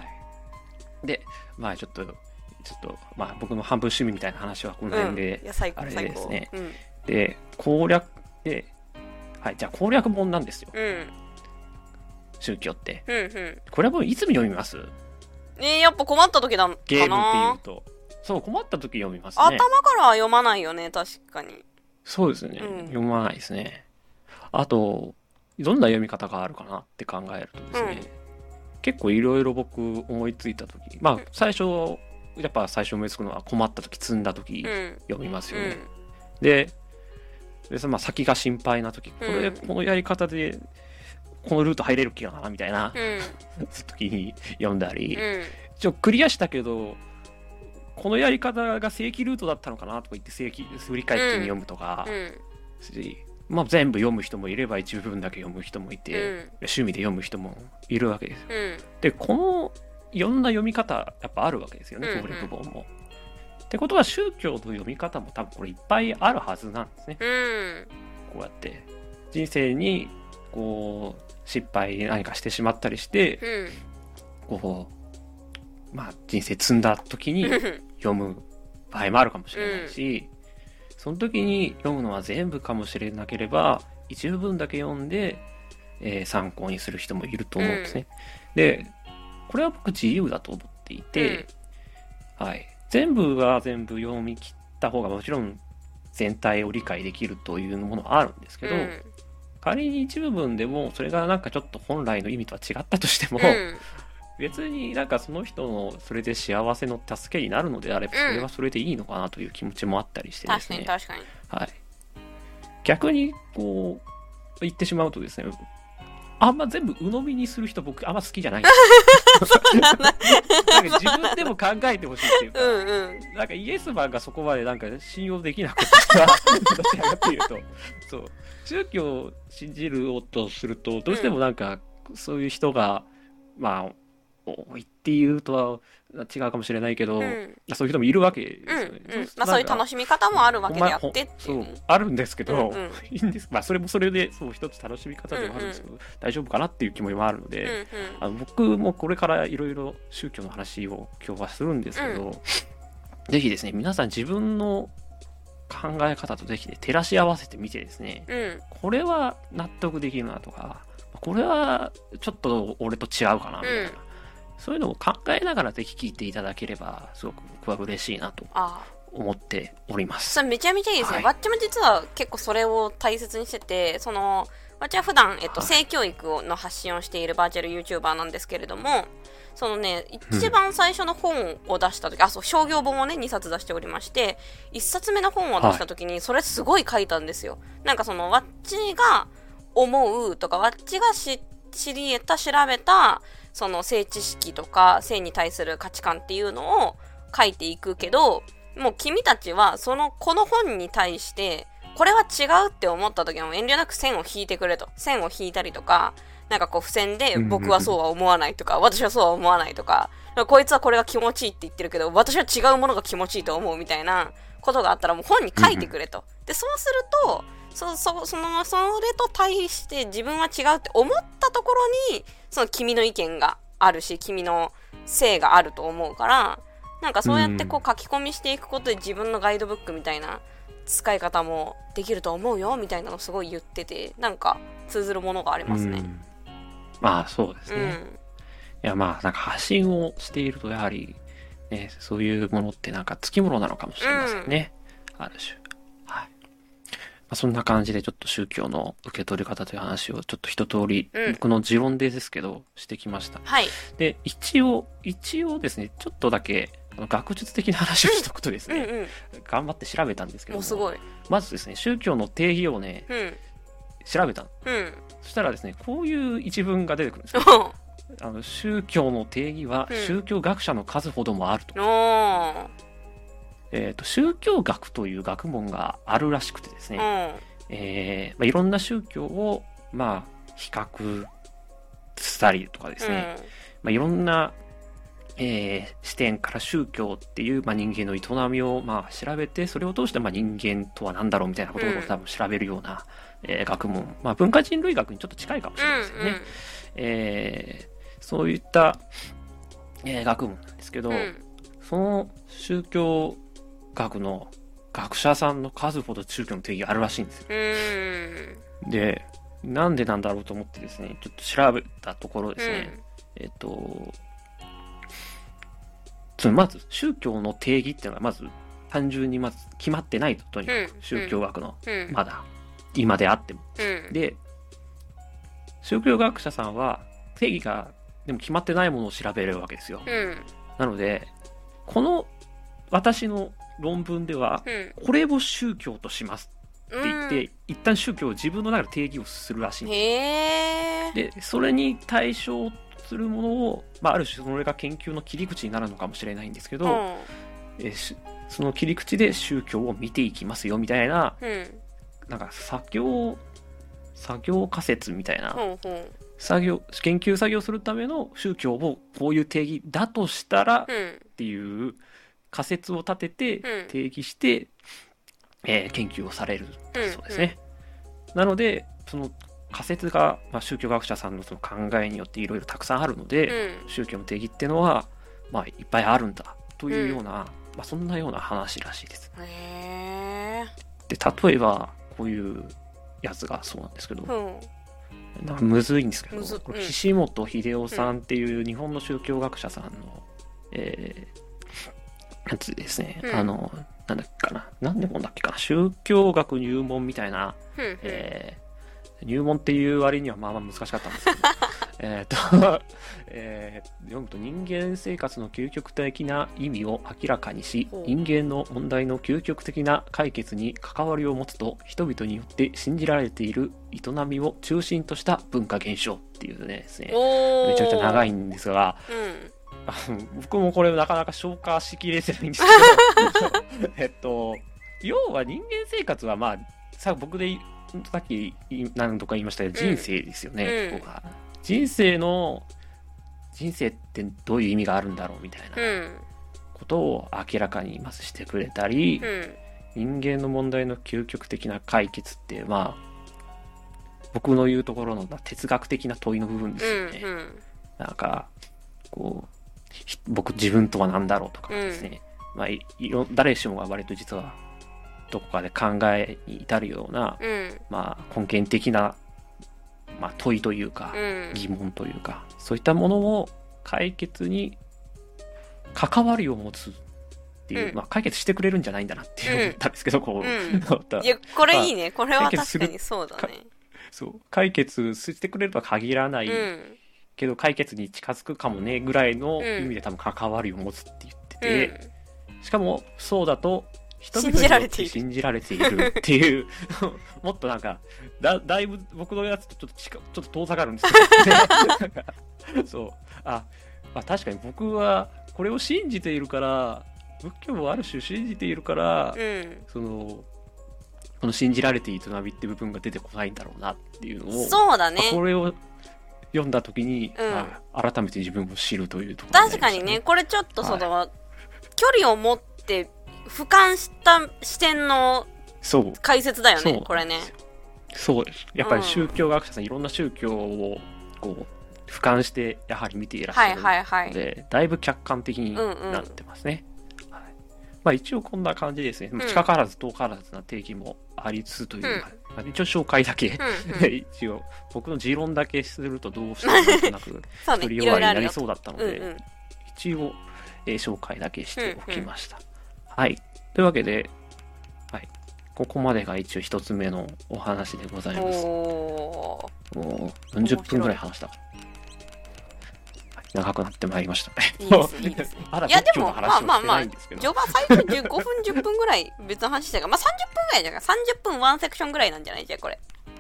でまあちょっとちょっとまあ僕の半分趣味みたいな話はこの辺で、 うん、いや最高あれですね、 うん、 で攻略ではいじゃあ攻略本なんですよ、 うん宗教って、 うんうん、 これはもういつ読みます？ えー、やっぱ困った時だかな。 ゲームっていうとそう困った時読みますね。 頭からは読まないよね確かに。 そうですね、うん、読まないですね。あとどんな読み方があるかなって考えるとですね、うん、結構いろいろ僕思いついた時まあ最初やっぱ最初思いつくのは困った時、積んだ時、 うん、 読みますよね。 うん、 で、でまあ、先が心配な時、これ、 うん、 このやり方でこのルート入れる気かなみたいな、 うん、 時に読んだり、 うん、 ちょクリアしたけどこのやり方が正規ルートだったのかなとか言って正規振り返って読むとか、 うんまあ、全部読む人もいれば一部分だけ読む人もいて、 うん、 趣味で読む人もいるわけですよ。 うん、 でこのいろんな読み方やっぱあるわけですよね、攻略本も。ってことは宗教の読み方も多分これいっぱいあるはずなんですね。 うん、 こうやって人生にこう失敗何かしてしまったりして、 うん、 こうまあ人生積んだ時に読む場合もあるかもしれないし、うん、その時に読むのは全部かもしれなければ一部分だけ読んで、えー、参考にする人もいると思うんですね。うん、でこれは僕自由だと思っていて、うん、はい、全部が全部読み切った方がもちろん全体を理解できるというものはあるんですけど、うん、仮に一部分でもそれがなんかちょっと本来の意味とは違ったとしても、うん、別になんかその人のそれで幸せの助けになるのであればそれはそれでいいのかなという気持ちもあったりしてですね、 うん、確かに確かに、 はい、逆にこう言ってしまうとですね、あんま全部鵜呑みにする人僕あんま好きじゃないんですよ。なんか自分でも考えてほしいっていうか、うんうん、なんかイエスマンがそこまでなんか信用できなくてどちらかっていうとそう宗教を信じるとするとどうしてもなんかそういう人が、うん、まあ多いっていうとは違うかもしれないけど、うん、そういう人もいるわけですよね。 うんうん、まあ、そういう楽しみ方もあるわけであってっていう、 そうあるんですけど、 うんうん、 いいんです。まあそれもそれでそう一つ楽しみ方でもあるんですけど、うんうん、大丈夫かなっていう気もあるので、うんうん、あの僕もこれからいろいろ宗教の話を今日はするんですけど、うん、ぜひですね皆さん自分の考え方とぜひね照らし合わせてみてですね、うん、これは納得できるなとかこれはちょっと俺と違うかなみたいな、うん、そういうのを考えながらぜひ聞いていただければすごく僕は嬉しいなと思っております。 それめちゃめちゃいいですね。わっちも実は結構それを大切にしてて、そのわっちは普段、えっと、性教育の発信をしているバーチャル YouTuber なんですけれども、そのね一番最初の本を出した時、うん、あそう商業本をねにさつ出しておりまして、いっさつめの本を出した時にそれすごい書いたんですよ。なんかそのわっちが思うとかわっちが知知り得た調べたその性知識とか性に対する価値観っていうのを書いていくけど、もう君たちはそのこの本に対してこれは違うって思った時は遠慮なく線を引いてくれと、線を引いたりとか、なんかこう付箋で僕はそうは思わないとか私はそうは思わないとか、こいつはこれが気持ちいいって言ってるけど私は違うものが気持ちいいと思うみたいなことがあったらもう本に書いてくれと。でそうするとそ, そ, そ, のそれと対して自分は違うって思ったところにその君の意見があるし君の性があると思うから、なんかそうやってこう書き込みしていくことで自分のガイドブックみたいな使い方もできると思うよみたいなのをすごい言ってて、なんか通ずるものがありますね。 うんまあそうですね、うん、いやまあなんか発信をしているとやはり、ね、そういうものってなんかつきものなのかもしれませんね、うん、ある種まあ、そんな感じでちょっと宗教の受け取り方という話をちょっと一通り、うん、僕の持論でですけどしてきました。 はい。 で、一応、一応ですね、ちょっとだけあの学術的な話をしとくとですね、うんうん、頑張って調べたんですけども、 もうすごい。 まずですね、宗教の定義をね、うん、調べた、 うん。 そしたらですね、こういう一文が出てくるんですよ。あの宗教の定義は宗教学者の数ほどもあると。 うん、 えー、と宗教学という学問があるらしくてですね、うんえーまあ、いろんな宗教を、まあ、比較したりとかですね、うんまあ、いろんな、えー、視点から宗教っていう、まあ、人間の営みを、まあ、調べてそれを通して、まあ、人間とは何だろうみたいなことを多分調べるような、うんえー、学問、まあ、文化人類学にちょっと近いかもしれないですよね、うんうんえー、そういった、えー、学問なんですけど、うん、その宗教学の学者さんの数ほど宗教の定義があるらしいんですよ。 うんで、なんでなんだろうと思ってですね、ちょっと調べたところですね、うん、えっと、そのまず宗教の定義っていうのはまず単純にまず決まってないと、とにかく宗教学の、 うん、 まだ今であっても。 うん、 で、宗教学者さんは定義がでも決まってないものを調べるわけですよ。 うん、 なので、 この私の論文では、うん、これを宗教としますって言って、うん、一旦宗教を自分の中で定義をするらしいんです。 へー。 でそれに対象するものを、まあ、ある種それが研究の切り口になるのかもしれないんですけど、うん、えその切り口で宗教を見ていきますよみたいな、うん、なんか作業作業仮説みたいな、うんうん、作業研究作業するための宗教をこういう定義だとしたら、うん、っていう仮説を立てて定義して、うんえー、研究をされるそうですね、うんうん、なのでその仮説が、まあ、宗教学者さんのその考えによっていろいろたくさんあるので、うん、宗教の定義っていうのは、まあ、いっぱいあるんだというような、うんまあ、そんなような話らしいです。 へー。で例えばこういうやつがそうなんですけど、うん、なんかむずいんですけど、これ岸本秀夫さんっていう日本の宗教学者さんの、えー、やつですね、うん、あのなんだっけかな何でもんだっけかな宗教学入門みたいな、うんえー入門っていう割にはまあまあ難しかったんですけどえっと、えー、読むと人間生活の究極的な意味を明らかにし人間の問題の究極的な解決に関わりを持つと人々によって信じられている営みを中心とした文化現象っていうねですねめちゃくちゃ長いんですが、うん、僕もこれなかなか消化しきれてないんですけどえっと要は人間生活はまあさ僕でさっき何度か言いましたけど人生ですよね、うん、ここが人生の人生ってどういう意味があるんだろうみたいなことを明らかにまずしてくれたり、うん、人間の問題の究極的な解決ってまあ僕の言うところの哲学的な問いの部分ですよね、うんうん、なんかこう僕自分とは何だろうとかですね、うんまあ、いろ誰しもが割と実はどこかで考えに至るような、うんまあ、根源的な、まあ、問いというか、うん、疑問というかそういったものを解決に関わりを持つっていう、うんまあ、解決してくれるんじゃないんだなって思ったんですけど、うん、こう、うん、 いやこれいいね、まあ、これは確かにそうだねそう解決してくれるとは限らない、うん、けど解決に近づくかもねぐらいの意味で多分関わりを持つって言ってて、うん、しかもそうだと人々によって信じられているっていうもっとなんか だ, だいぶ僕のやつとちょっと近ちょっと遠ざかるんですけどそうあ、まあ、確かに僕はこれを信じているから仏教をある種信じているから、うん、そのこの信じられている営みって部分が出てこないんだろうなっていうのをそうだね、 まあ、これを読んだ時に、うんまあ、改めて自分を知るというところ、ね、 確かにねこれちょっとその、はい、距離を持って俯瞰した視点の解説だよねこれね。 そうですやっぱり宗教学者さん、うん、いろんな宗教をこう俯瞰してやはり見ていらっしゃるので、はいはいはい、だいぶ客観的になってますね、うんうんはいまあ、一応こんな感じですね、うん、近からず遠からずな定義もありつつという、うんまあ、一応紹介だけ、うんうん、一応僕の持論だけするとどうしてもなんとなく独りよがりになりそうだったので、うんうん、一応、えー、紹介だけしておきました、うんうんはい。というわけで、はい。ここまでが一応一つ目のお話でございます。おー。もうよんじゅっぷんぐらい話した。はい、長くなってまいりましたね。 いいですね、いいですね。いや、でも、まあまあまあ、序盤最初じゅうごふん、じゅっぷんぐらい別の話したから、まあさんじゅっぷんぐらいじゃないか。さんじゅっぷんワンセクションぐらいなんじゃないじゃあ、これ。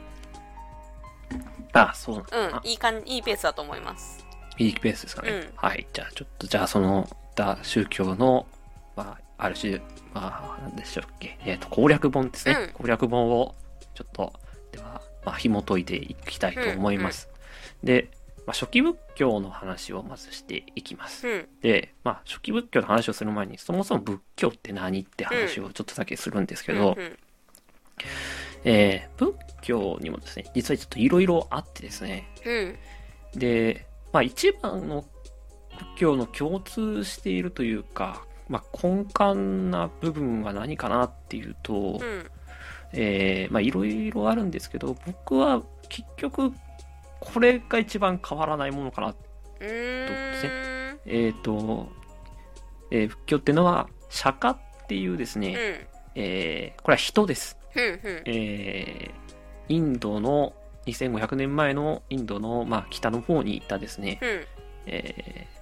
ああ、そうなんだ。 うん、いい感じ、いいペースだと思います。 いいペースですかね。うん、はい。じゃあ、ちょっと、じゃあ、その、だ宗教の、まあ、ある種、まあ、なんでしょうっけ、えっと、攻略本ですね、うん。攻略本を、ちょっと、では、まあ、紐解いていきたいと思います。うんうん、で、まあ、初期仏教の話をまずしていきます。うん、で、まあ、初期仏教の話をする前に、そもそも仏教って何って話をちょっとだけするんですけど、うんうんうん、えー、仏教にもですね、実はちょっといろいろあってですね、うん、で、まあ、一番の仏教の共通しているというか、まあ、根幹な部分は何かなっていうと、うん、えー、まあいろいろあるんですけど、僕は結局これが一番変わらないものかなと思うんですね。えっと、えー、仏教っていうのは釈迦っていうですね、うん、えー、これは人です。うんうん、えー、インドのにせんごひゃくねんまえのインドの、まあ、北の方にいたですね、うん、えー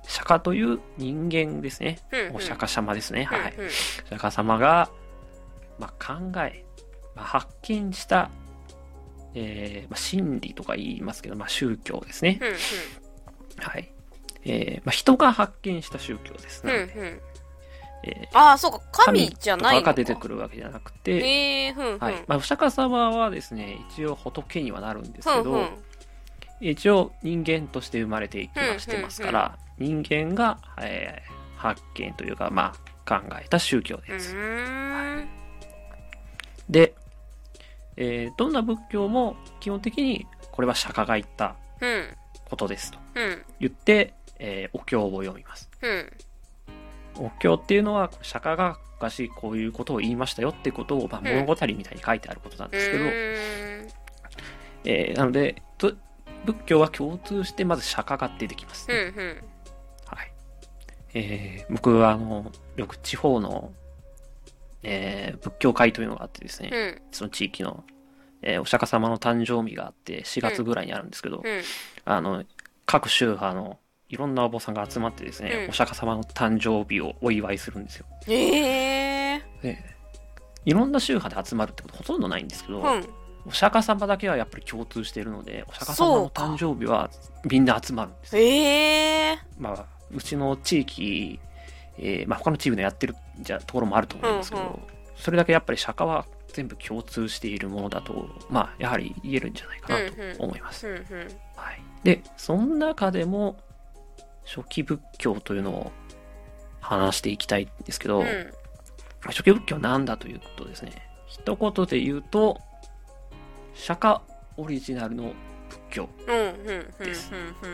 釈迦という人間ですね。 うんうん、 お釈迦様ですね。はい。 うんうん、 釈迦様が、まあ、考え、まあ、発見した、えーまあ、真理とか言いますけど、まあ、宗教ですね。 うんうん、 はい。えーまあ、人が発見した宗教ですね。 うんうんえー、ああ、そうか、神じゃないのか。 神とかが出てくるわけじゃなくて、 えー、ふんふん、 はい。まあ、お釈迦様はですね、一応仏にはなるんですけど、 ふんふん、 一応人間として生まれていきはしてますから、人間が、えー、発見というか、まあ、考えた宗教です。 うーん、 はい、で、えー、どんな仏教も基本的にこれは釈迦が言ったことですと言って、えー、お経を読みます。 うん、 お経っていうのは釈迦が昔こういうことを言いましたよってことを、まあ、物語みたいに書いてあることなんですけど、 うん、 えー、なので仏教は共通してまず釈迦が出てきます、ね。 うんうん、 はい。えー、僕はあのよく地方の、えー、仏教会というのがあってですね、 うん、 その地域の、えー、お釈迦様の誕生日があってしがつぐらいにあるんですけど、 うん、 あの各宗派のいろんなお坊さんが集まってですね、うん、お釈迦様の誕生日をお祝いするんですよ。 えー、 でいろんな宗派で集まるってことほとんどないんですけど、 うん、 お釈迦様だけはやっぱり共通しているので、お釈迦様の誕生日はみんな集まるんですよ。 えー、 まあ、うちの地域、えーまあ、他のチームでやってるじゃところもあると思うんですけど、うんうん、それだけやっぱり釈迦は全部共通しているものだと、まあ、やはり言えるんじゃないかなと思います。 うんうんはい、で、その中でも初期仏教というのを話していきたいんですけど、うん、初期仏教は何だということですね。一言で言うと、釈迦オリジナルの仏教です。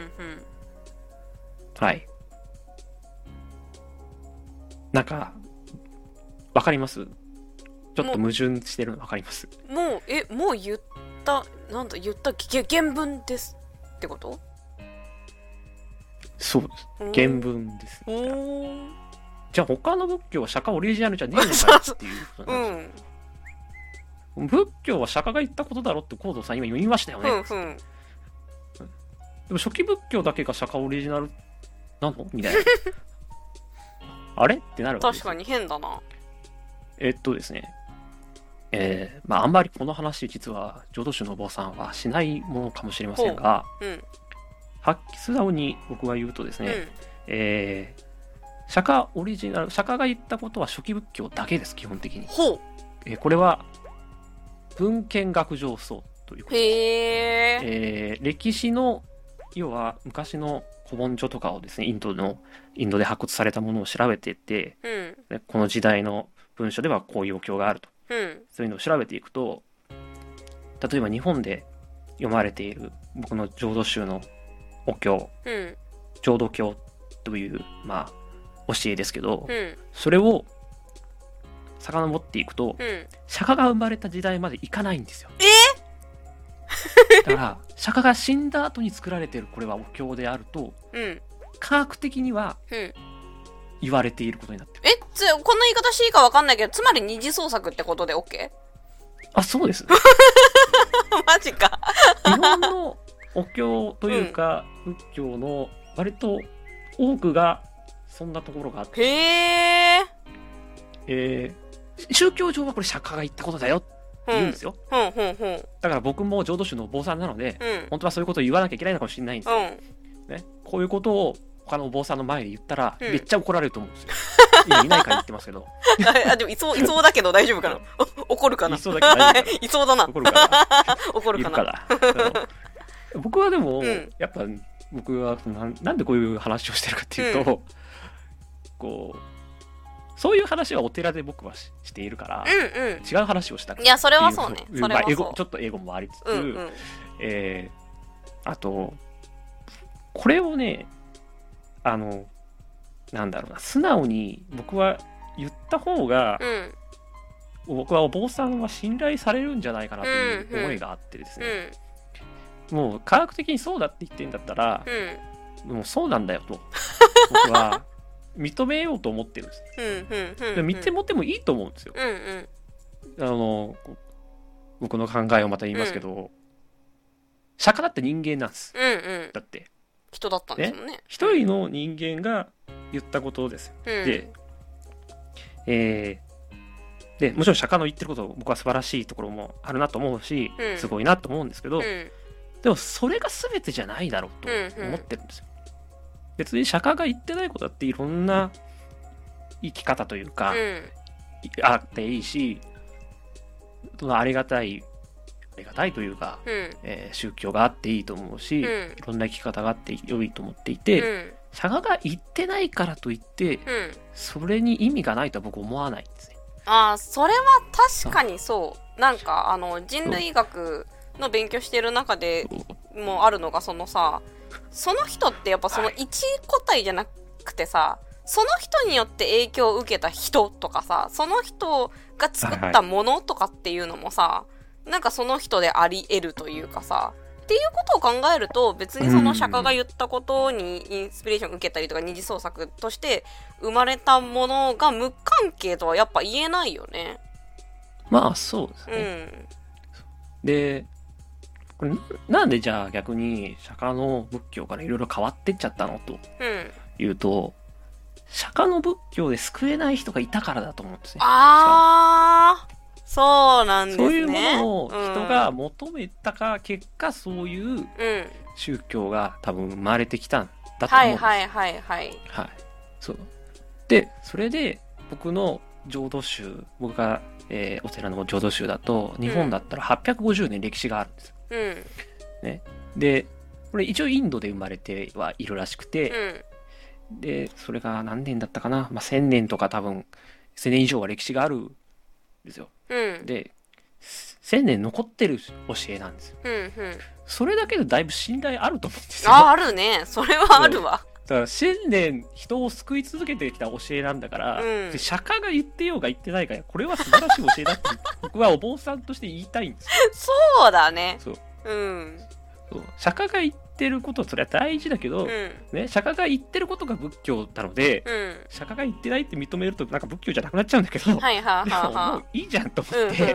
はい。なんか、わかります？ちょっと矛盾してるのわかります？ もう、え、もう言った、なんだ、言った、原文ですってこと？ そうです。原文です。じゃあ他の仏教は釈迦オリジナルじゃねえのかよっていうことなんですよ。うん、仏教は釈迦が言ったことだろって高堂さん今読みましたよね。うんうん、でも初期仏教だけが釈迦オリジナルなのみたいな。あれってなるわけです。 確かに変だな。 えっとですね。えー、まああんまりこの話実は浄土宗のお坊さんはしないものかもしれませんが、うん、は素直に僕が言うとですね、うん、えー、釈迦オリジナル、釈迦が言ったことは初期仏教だけです、基本的に。 ほう。 えー、これは文献学上層ということで、へー、えー、歴史の要は昔の古文書とかをですね、インドのインドで発掘されたものを調べていって、うん、この時代の文書ではこういうお経があると、うん、そういうのを調べていくと、例えば日本で読まれている僕の浄土宗のお経、うん、浄土経というまあ教えですけど、うん、それを遡っていくと、うん、釈迦が生まれた時代までいかないんですよ。 えだから釈迦が死んだ後に作られているこれはお経であると、うん、科学的には言われていることになってる。 えつこの言い方していいか分かんないけど、つまり二次創作ってことで OK？ あ、そうです。 マジか。 日本のお経というか、うん、仏教の割と多くがそんなところがあって、 へー、 えー、宗教上はこれ釈迦が言ったことだよって言うんですよ、 うんうんうんうん、 だから僕も浄土宗のお坊さんなので、うん、本当はそういうことを言わなきゃいけないのかもしれないんですよ、うんね、こういうことを他のお坊さんの前で言ったら、うん、めっちゃ怒られると思うんですよ。今いないから言ってますけどあでもいそういそうだけど大丈夫かな怒るかな。 いそうだけど大丈夫かな。 いそうだな。 怒るかな。 怒るかな。 から僕はでも、うん、やっぱ僕はな ん, なんでこういう話をしてるかっていうと、うん、こうそういう話はお寺で僕は し, しているから、うんうん、違う話をしたくて、 いやそれはそうね。それはそう、 まあ、英語ちょっと英語もありつつ、うんうん、えー、あとこれをね、あのなんだろうな、素直に僕は言った方が、うん、僕はお坊さんは信頼されるんじゃないかなという思いがあってですね、うんうん、もう科学的にそうだって言ってんだったら、うん、もうそうなんだよと僕は認めようと思ってるんです。認めてもいいと思うんですよ、うんうん、あの僕の考えをまた言いますけど、うん、釈迦だって人間なんです、うんうん、だって人だったんですもんね。 一人の人間が言ったことですよ。うん、で、えー、で、もちろん釈迦の言ってること僕は素晴らしいところもあるなと思うし、うん、すごいなと思うんですけど、うん、でもそれが全てじゃないだろうと思ってるんですよ。うんうん、別に釈迦が言ってないことだっていろんな生き方というか、うん、あっていいし、ありがたいありがたいというか、うん、えー、宗教があっていいと思うし、うん、いろんな生き方があって良いと思っていて、うん、釈迦が言ってないからといって、うん、それに意味がないとは僕思わないんですね。 ああ、それは確かにそう。なんかあの人類学の勉強してる中でもあるのが、そのさ、その人ってやっぱその一個体じゃなくてさ、はい、その人によって影響を受けた人とかさ、その人が作ったものとかっていうのもさ、はい、なんかその人であり得るというかさ、っていうことを考えると、別にその釈迦が言ったことにインスピレーションを受けたりとか、二次創作として生まれたものが無関係とはやっぱ言えないよね。 まあそうですね。うん、で、これなんでじゃあ逆に釈迦の仏教からいろいろ変わってっちゃったのというと、うん、釈迦の仏教で救えない人がいたからだと思うんですね。 ああ。そうなんですね。 そういうものを人が求めたか、うん、結果そういう宗教が多分生まれてきたんだと思うんです。 はいはいはいはい。 はい。そう。で、それで僕の浄土宗、僕が、えー、お寺の浄土宗だと、日本だったらはっぴゃくごじゅうねん歴史があるんですよ。うん。ね。で、これ一応インドで生まれてはいるらしくて、うん、で、それが何年だったかな、まあ、せんねんとか多分、せんねん以上は歴史があるんですよ。うん、でせんねん残ってる教えなんですよ、うんうん、それだけでだいぶ信頼あると思うんですよ。 ああるね、それはあるわ。 だからせんねん人を救い続けてきた教えなんだから、うん、釈迦が言ってようが言ってないか、これは素晴らしい教えだって僕はお坊さんとして言いたいんですよ。 そうだね。 そう、うん、そう釈迦が言ってることそれは大事だけど、うん、ね、釈迦が言ってることが仏教なので、うん、釈迦が言ってないって認めるとなんか仏教じゃなくなっちゃうんだけど、 はいはははでももういいじゃんと思って、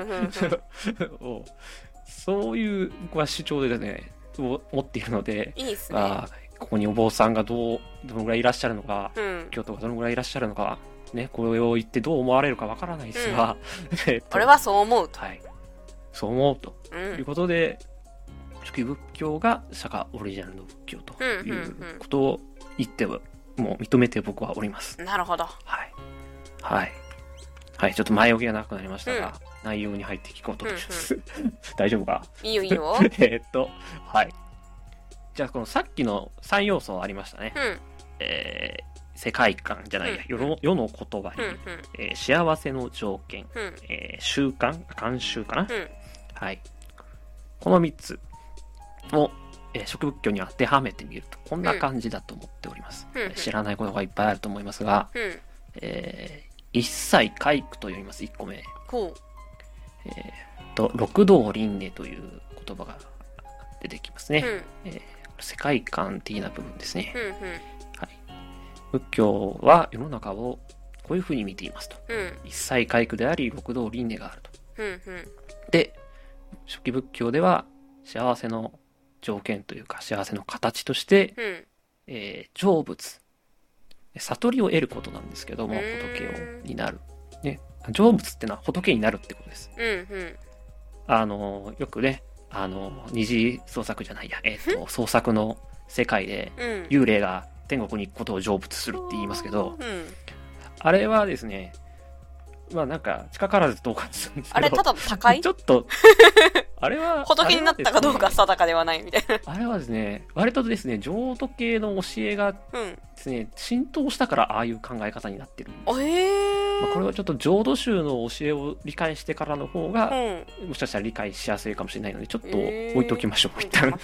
そういう僕は主張でね持っているので、 いいですね。 あ、ここにお坊さんがどうどのぐらいいらっしゃるのか、うん、仏教徒がどのぐらいいらっしゃるのか、ね、これを言ってどう思われるかわからないですが、 うん、えっと、俺はそう思うと、 はい、そう思うと、うん、いうことで、初期仏教が釈迦オリジナルの仏教ということを言っては、もう認めて僕はおります。 なるほど。 はいはいはい、ちょっと前置きが長くなりましたが、うん、内容に入っていこうと思います。うんうん、大丈夫か？ いいよいいよ。 えっとはい。じゃあこのさっきのさん要素ありましたね。うん、えー、世界観じゃないや、うん、世の世の言葉に、うんうん、えー、幸せの条件、うん、えー、習慣、慣習かな、うん、はい。このみっつを、えー、食仏教に当てはめてみるとこんな感じだと思っております。うん、知らないことがいっぱいあると思いますが、うん、えー、一切皆苦と読みます。いっこめ。 ほう。 えー、と六道輪廻という言葉が出てきますね。うん、えー世界観的な部分ですね、うんうん、はい、仏教は世の中をこういうふうに見ていますと、うん、一切皆苦であり六道輪廻があると、うんうん、で初期仏教では幸せの条件というか幸せの形として、うん、えー、成仏、悟りを得ることなんですけども、仏をになる、ね、成仏ってのは仏になるってことです、うんうん、あのよくね、あの二次創作じゃないや、えー、と創作の世界で幽霊が天国に行くことを成仏するって言いますけど、うん、あれはですね、まあなんか近からず同感するんですけど、 あれただ高いちょっとあれは仏になったかどうか定かではないみたいな、 あれはですね、割とですね浄土系の教えがですね、うん、浸透したからああいう考え方になってるんです。 へー、 まあ、これはちょっと浄土宗の教えを理解してからの方が、うん、もしかしたら理解しやすいかもしれないのでちょっと置いておきましょう、一旦はい、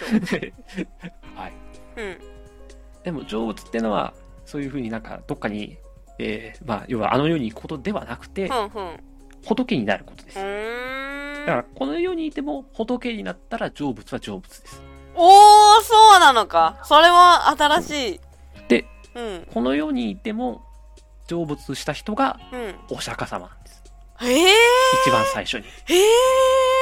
うん、でも成仏っていうのはそういうふうになんかどっかに、えーまあ、要はあの世に行くことではなくて、うんうん、仏になることです。だからこの世にいても仏になったら成仏は成仏です。 おー、そうなのか。それは新しい。 で、うん、この世にいても成仏した人がお釈迦様なんです。 へー、 一番最初に。 へー、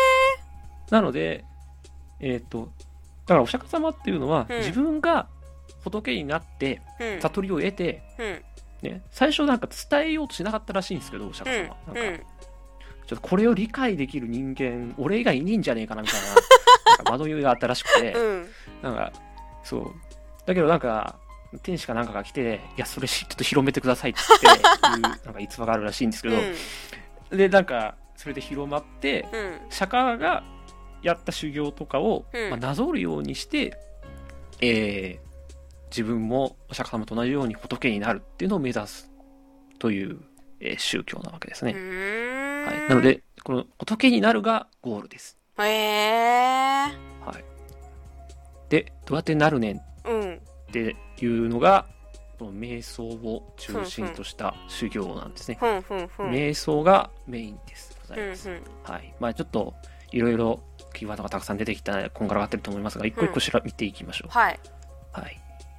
なので、えっと、だからお釈迦様っていうのは、うん、自分が仏になってうん。 悟りを得て、 うん。 ね、最初なんか伝えようとしなかったらしいんですけど、お釈迦様は。 うん。 なんか、 うん。 ちょっとこれを理解できる人間、俺以外いねえんじゃねえかなみたいな、なんか惑いがあったらしくて、 うん。 なんか、そう。だけどなんか、天使かなんかが来て、いや、それちょっと広めてくださいって言って、いう、なんか逸話があるらしいんですけど、 うん。 で、なんか、それで広まって、 うん。 釈迦がやった修行とかを、 うんまあ、なぞるようにして、えー、自分もお釈迦様と同じように仏になるっていうのを目指すという、えー宗教なわけですね。 うーん。 はい。なので、この仏になるがゴールです。 へえ。 はい。で、どうやってなるねんっうん。 ていうのが、この瞑想を中心とした修行なんですね。 ふんふんふん。 瞑想がメインです。ございます。 ふんふん。 はい。まあちょっと、いろいろキーワードがたくさん出てきた、こんがらがってると思いますが、一個一個しら、見ていきましょう。 はい。 はい。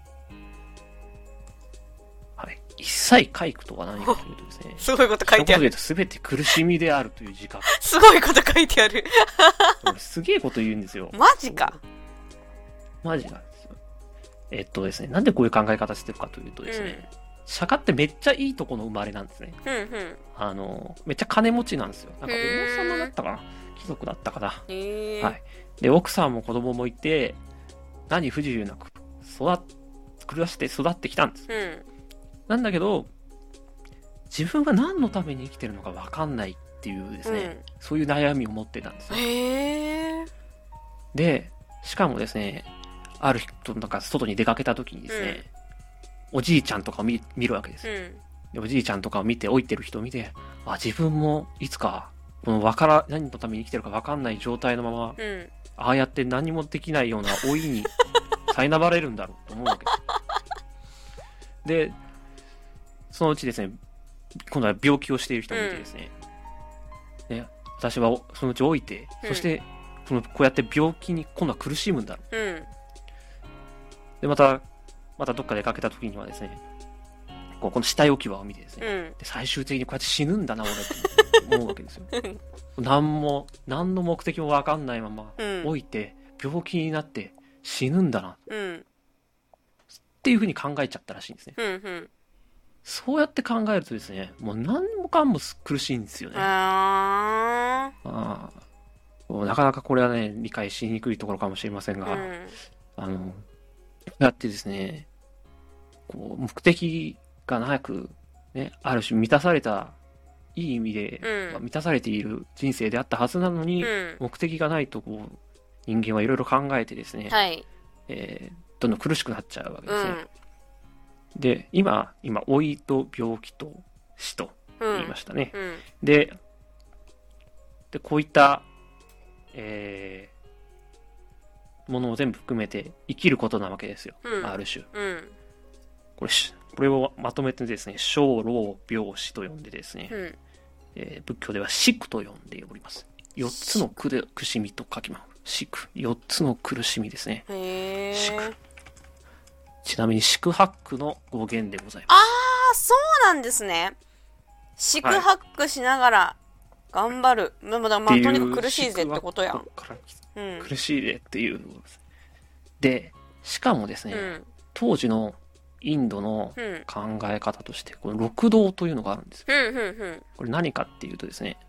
はい。一切回復とは何かというとですね、 すごいこと書いてある。 すべて苦しみであるという自覚。 すごいこと書いてある。 すげえこと言うんですよ。 マジか。 マジなんですよ。えっとですね、なんでこういう考え方してるかというとですね、釈迦ってめっちゃいいとこの生まれなんですね。 うんうん。 あの、めっちゃ金持ちなんですよ。なんかへー王様だったかな、貴族だったかな。 へえ。 はい。で、奥さんも子供もいて、何不自由なく育っ、暮らして育ってきたんです。 うん。 なんだけど、自分が何のために生きてるのか分かんないっていうですね、 うんそういう悩みを持ってたんですよ。 へえ。 で、しかもですね、ある日、なんか外に出かけた時にですね、おじいちゃんとかを見見るわけですよ。 うん。 でおじいちゃんとかを見て、老いてる人を見て、あ、自分もいつか、このわから、何のために生きてるか分かんない状態のまま、 うん。 ああやって何もできないような老いに苛まれるんだろうと思うわけです。で、そのうちですね、今度は病気をしている人を見てですね、ね、私はそのうち老いて、 うんそしてこのこうやって病気に今度は苦しむんだろう。 うん。 で、また、またどっか出かけた時にはですね、こうこの死体置き場を見てですね、 うん。 で最終的にこうやって死ぬんだな、俺って思うわけですよ。何も、何の目的もわかんないまま、 うん老いて、病気になって死ぬんだな、っうん。 ていうふうに考えちゃったらしいんですね。 うん。うん。 そうやって考えるとですね、もう何もかも苦しいんですよね。あああ、なかなかこれはね、理解しにくいところかもしれませんー。 が、 うん。 あの、こうやってですね、こう目的がなく、ね、ある種満たされた、いい意味で、 うんまあ満たされている人生であったはずなのに、 うん。 目的がないとこう、人間はいろいろ考えてですね、 はい。 えーどんどん苦しくなっちゃうわけですね。 うん。 で、今、今、老いと病気と死とうん。 言いましたね。 うん。 で、で、こういった、えーものを全部含めて生きることなわけですよ。 うんある種。 うん。 これし、これをまとめてですね、生老病死と呼んでですね、 うん。 えー仏教では死苦と呼んでおります。よっつの苦で苦しみと書きます。死苦。よっつの苦しみですね。 へえ。 四苦ちなみに四苦八苦の語源でございあまあ、そうなんですね。四苦八苦しながら頑張る。でもだまあ、 す。 とにかく苦しいぜってことやん。 四苦八苦からうん。 苦しいでっていうところです。で、しかもですね、 うん。 当時のインドのうん。 考え方として、この六道というのがあるんですよ。 うん。うん。 これ何かっていうとですね、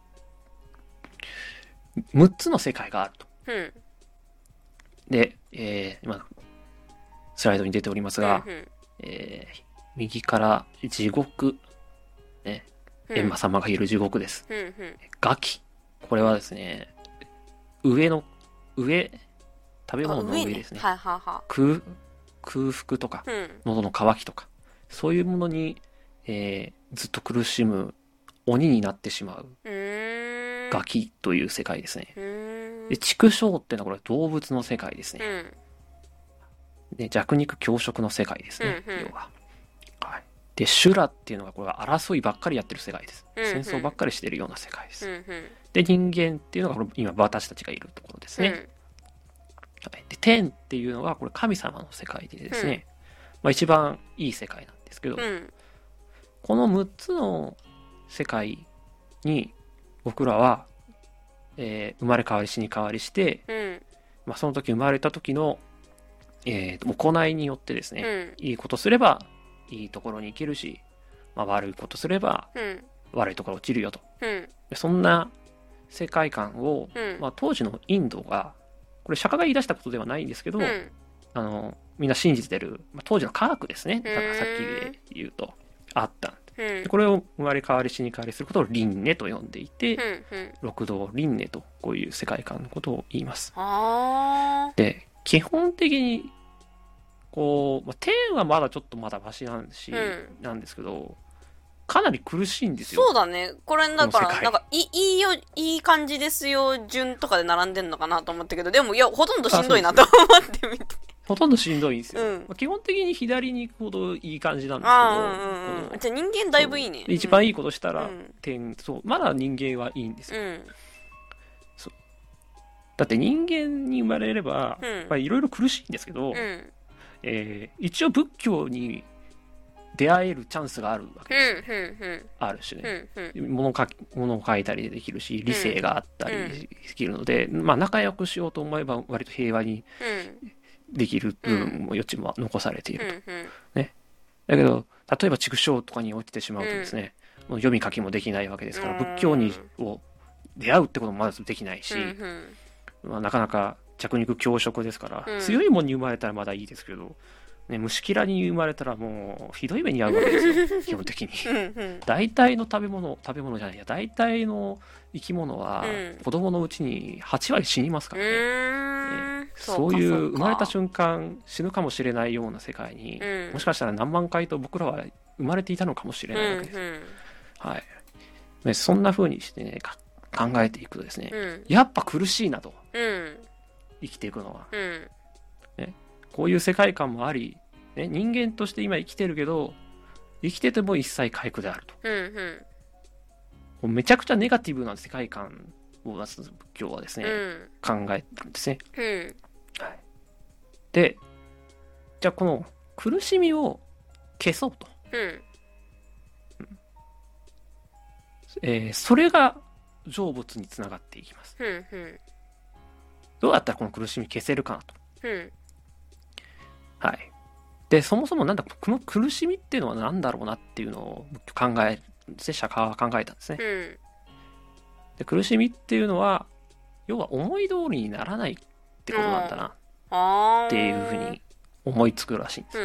むっつの世界があると。 うん。 で、えー、今、スライドに出ておりますが、 うん。 えー右から地獄、ね、 うん。 閻魔様がいる地獄です。 うん。うん。 餓鬼。これはですね、上の、上、食べ物の上ですね。 はいはいは空、空腹とか、 い。うん。 喉の渇きとか、そういうものに、えーずっと苦しむ鬼になってしまう、 うーん。 餓鬼という世界ですね。 うーん。 で、畜生っていうのはこれ動物の世界ですね。 うん。 で、弱肉強食の世界ですね、 うんうん要は。はい。で、修羅っていうのがこれは争いばっかりやってる世界です。 うんうん戦争ばっかりしてるような世界です。 うん。うん。 で、人間っていうのがこれ今私たちがいるところですね。 うん。 はい、で、天っていうのはこれ神様の世界でですね、まあ一番いい世界なんですけど、 うん。 このむっつの世界に僕らは、えー生まれ変わり死に変わりして、 うん。 まあ、その時生まれた時のえー、と行いによってですね、 うん、 いいことすればいいところに行けるし、まあ、悪いことすれば悪いところ落ちるよと、 うん、 そんな世界観を、 うんまあ、当時のインドが、これ釈迦が言い出したことではないんですけど、 うん、 あのみんな信じてる、まあ、当時の科学ですね、だからさっきで言うとあった。 うん、 これを生まれ変わり死に変わりすることを輪廻と呼んでいて、 うん、 六道輪廻とこういう世界観のことを言います。 あで、基本的にこう、まあ、天はまだちょっとまだマシなんし、 うん、 なんですけど、かなり苦しいんですよ。 そうだね。これだから、なんかいいいよ、いい感じですよ、順とかで並んでんのかなと思ったけど、でもいや、ほとんどしんどいなと思ってみて。 ほとんどしんどいんですよ。 うんまあ、基本的に左に行くほどいい感じなんですけど、 あうんうんうん、じゃあ人間だいぶいいね。 一番いいことしたら、 うん、 天、そう、まだ人間はいいんですよ。 うん、 そうだって人間に生まれれば、いろいろ苦しいんですけど、 うん、 えー、一応仏教に出会えるチャンスがあるわけですよ、ね、 うんうんうん、 ある種ね、 うんうん、 物を書き物を書いたりできるし理性があったりできるので、うんまあ、仲良くしようと思えば割と平和にできる部分も余地も残されていると、 うんうんね、だけど例えば畜生とかに落ちてしまうとですね、うん、もう読み書きもできないわけですから、仏教にを出会うってこともまずできないし、 うんうんまあ、なかなか弱肉強食ですから、 うん、 強いもんに生まれたらまだいいですけど、ね、虫キラに生まれたらもうひどい目に遭うわけですよ基本的にうんうん、 大体の食べ物食べ物じゃないや大体の生き物は子供のうちにはち割死にますからね、 うんねそういう生まれた瞬間死ぬかもしれないような世界に、 うん、 もしかしたら何万回と僕らは生まれていたのかもしれないわけです、 うんうんはいね、そんな風にしてね考えていくとですね、 うん、 やっぱ苦しいなと、 うん、 生きていくのは、 うんね、こういう世界観もあり、ね、人間として今生きてるけど生きてても一切皆苦であると、 うんうんもうめちゃくちゃネガティブな世界観をまず仏教はですね、 うん、 考えてるんですね、 うんはい、でじゃあこの苦しみを消そうと、 うんえー、それが成仏につながっていきます、 うんうん、 どうやったらこの苦しみ消せるかなと、 うんはい、でそもそもなんだこの苦しみっていうのは何だろうなっていうのを考えて釈迦は考えたんですね、 うん、 で苦しみっていうのは要は思い通りにならないってことなんだなっていうふうに思いつくらしいんです、 うんうん、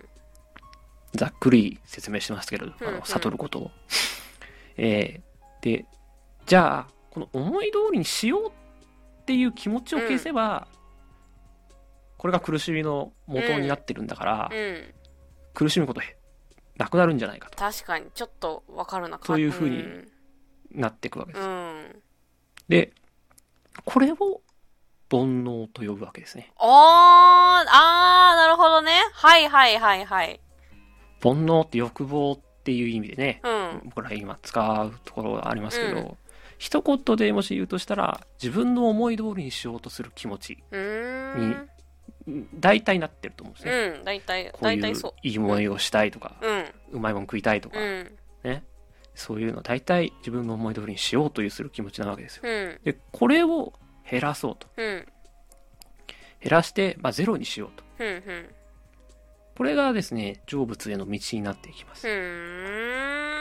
ざっくり説明しますけど、 うんうん、 あの悟ることを、えー、でじゃあこの思い通りにしようっていう気持ちを消せば、うんこれが苦しみの元になってるんだから、 うんうん、 苦しむことなくなるんじゃないかと。 確かにちょっとわかるな。 そういう風になっていくわけです。 うん、 で、これを煩悩と呼ぶわけですね。 あー、あー、なるほどね。はいはいはいはい。 煩悩って欲望っていう意味でね、 うん、 僕ら今使うところがありますけど、うん、一言でもし言うとしたら、自分の思い通りにしようとする気持ちに、うん大体なってると思うんですね。 うん、大体、 こういういいものをしたいとか、うん、うまいもの食いたいとか、うん、ね、そういうの大体自分の思い通りにしようというする気持ちなわけですよ。うん、で、これを減らそうと。うん、減らして、まあ、ゼロにしようと。うんうん、これがですね、成仏への道になっていきます。うん、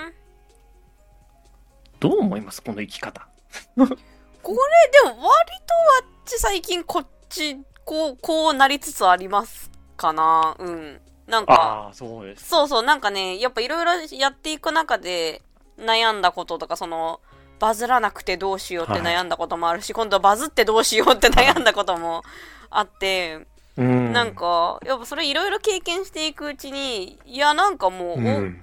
どう思いますこの生き方。 これでも割とわっち最近こっちこう、こうなりつつありますかな。うん。なんか、 あそうです。 そうそう、なんかね、やっぱいろいろやっていく中で悩んだこととか、その、バズらなくてどうしようって悩んだこともあるし、はい、今度はバズってどうしようって悩んだこともあって、はい、なんか、やっぱそれいろいろ経験していくうちに、いや、なんかもう、うん、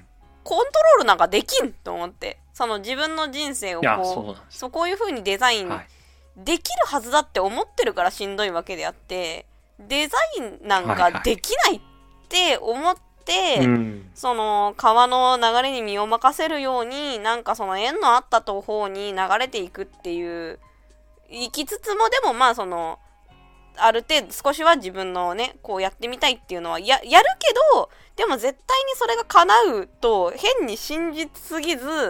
コントロールなんかできんと思って、その自分の人生をこう、そうこういう風にデザイン、はいできるはずだって思ってるからしんどいわけであって、デザインなんかできないって思って、はいはいうん、その川の流れに身を任せるようになんかその縁のあった方に流れていくっていう行きつつも、でもまあそのある程度少しは自分のねこうやってみたいっていうのは や, やるけど、でも絶対にそれが叶うと変に信じすぎず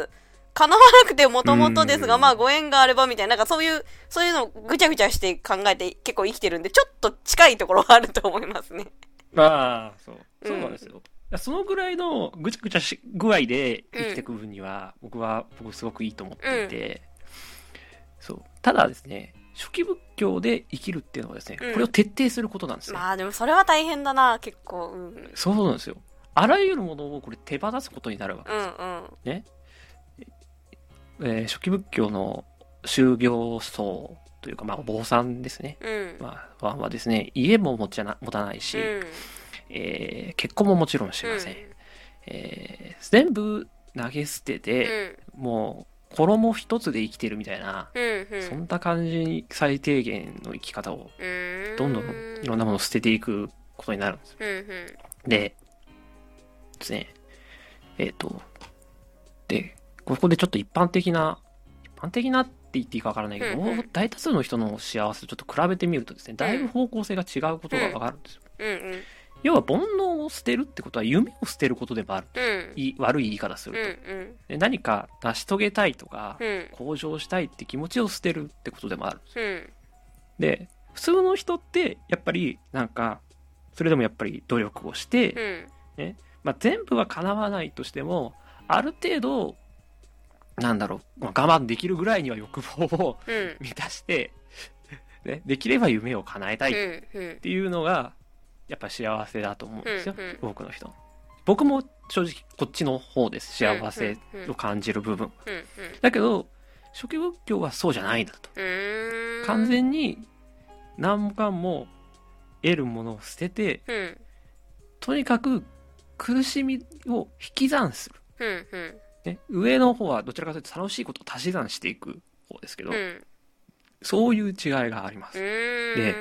叶わなくてもともとですが、まあご縁があればみたいな、なんかそういう、そういうのをぐちゃぐちゃして考えて結構生きてるんで、ちょっと近いところがあると思いますね。 ああ、そう。そうなんですよ。うん、そのぐらいのぐちゃぐちゃし具合で生きていく分には、うん、僕は、僕すごくいいと思っていて、うん、そう。ただですね、初期仏教で生きるっていうのはですね、うん、これを徹底することなんですね。 まあでもそれは大変だな、結構。うん、 そうなんですよ。あらゆるものをこれ手放すことになるわけです。 うんうん、 ね。えー、初期仏教の修行僧というか、まあ、お坊さんですね。 うん、 まあ、はですね、家も持ちな持たないし、うん、えー、結婚ももちろんしません。うん、えー、全部投げ捨てて、うん、もう、衣一つで生きてるみたいな、 うんうん、 そんな感じに最低限の生き方を、どんどんいろんなものを捨てていくことになるんです。 うんうん、 で、ですね、えっ、ー、と、で、ここでちょっと一般的な、一般的なって言っていいかわからないけど、うんうん、大多数の人の幸せとちょっと比べてみるとですね、だいぶ方向性が違うことがわかるんですよ。 うんうん、 要は煩悩を捨てるってことは夢を捨てることでもある。 うん、 い悪い言い方すると、 うんうん、 で。何か成し遂げたいとか、 うん、 向上したいって気持ちを捨てるってことでもあるんですよ。 うん、 で、普通の人ってやっぱりなんか、それでもやっぱり努力をして、 うんね、まあ、全部は叶わないとしても、ある程度、なんだろう、我慢できるぐらいには欲望を、うん、満たして、ね、できれば夢を叶えたいっていうのが、やっぱ幸せだと思うんですよ、うんうん、多くの人。僕も正直こっちの方です、幸せを感じる部分。 うんうん、 だけど、初期仏教はそうじゃないんだと。完全に何もかも得るものを捨てて、 うん、 とにかく苦しみを引き算する。 うんうんね、上の方はどちらかというと楽しいことを足し算していく方ですけど、 うん、 そういう違いがあります。で、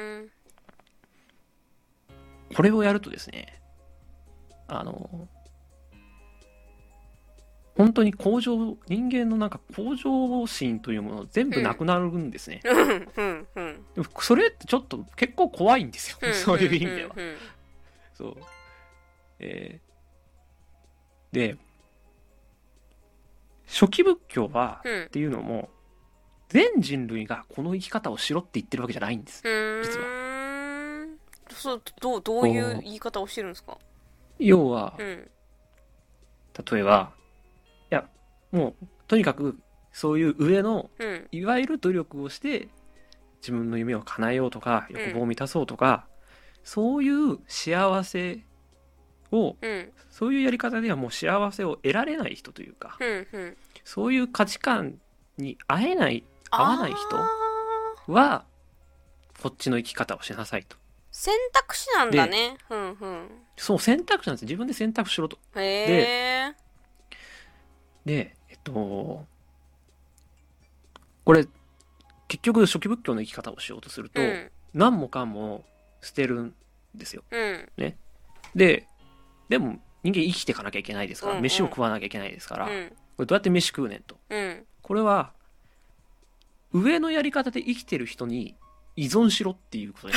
これをやるとですね、あの、本当に向上、人間のなんか向上心というもの全部なくなるんですね。 うんうんうん、 でもそれってちょっと結構怖いんですよ。うん、そういう意味では。 うんうん、 そう。えー、で、初期仏教は、うん、っていうのも、全人類がこの生き方をしろって言ってるわけじゃないんです。実は。 そうどう、どういう言い方をしてるんですか？ 要は、 うん、 例えば、いや、もう、とにかく、そういう上の、 うん、 いわゆる努力をして、自分の夢を叶えようとか、欲望を満たそうとか、うん、そういう幸せを、 うん、 そういうやり方ではもう幸せを得られない人というか、 うんうん、 そういう価値観に合えない、合わない人は、こっちの生き方をしなさいと。 選択肢なんだね。うんうん、 そう、選択肢なんです。自分で選択しろと。 へー。 で、で、えっと、これ、結局初期仏教の生き方をしようとすると、うん、何もかも捨てるんですよ。 うん、 ね。で、でも人間生きていかなきゃいけないですから、うんうん、飯を食わなきゃいけないですから、うん、これどうやって飯食うねんと。 うん、これは、上のやり方で生きてる人に依存しろっていうことです。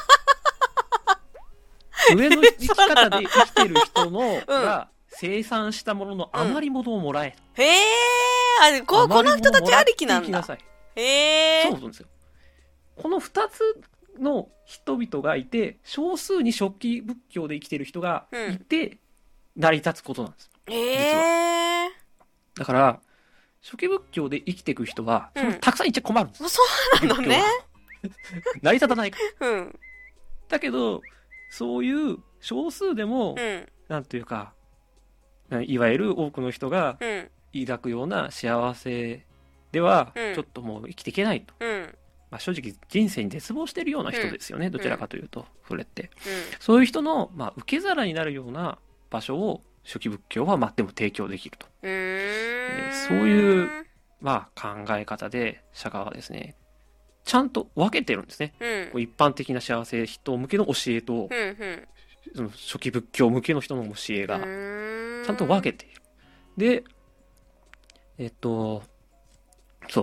上の生き方で生きてる人のが生産したものの余り物をもらえ。 うん、へえ、あ、こ、この人たちありきなんだ。へえ。 そうなんですよ。この二つの人々がいて、少数に初期仏教で生きてる人がいて、成り立つことなんです。 へえ。 だから、初期仏教で生きていく人は、うん、たくさんいっちゃ困るんです。 そうなのね。 成り立たないから。 うん。 だけど、そういう少数でも、 うん、なんていうか、いわゆる多くの人が抱くような幸せでは、ちょっともう生きていけないと。 うん、 まあ、正直人生に絶望しているような人ですよね、うん、どちらかというと、それって。 うん、 そういう人の、まあ、受け皿になるような場所を初期仏教はまあでも提供できると。 うーん、 そういう、まあ、考え方で釈迦はですね、ちゃんと分けてるんですね。 うん、 一般的な幸せ人向けの教えと、 うんうん、 その初期仏教向けの人の教えがちゃんと分けている。で、えっと、そう。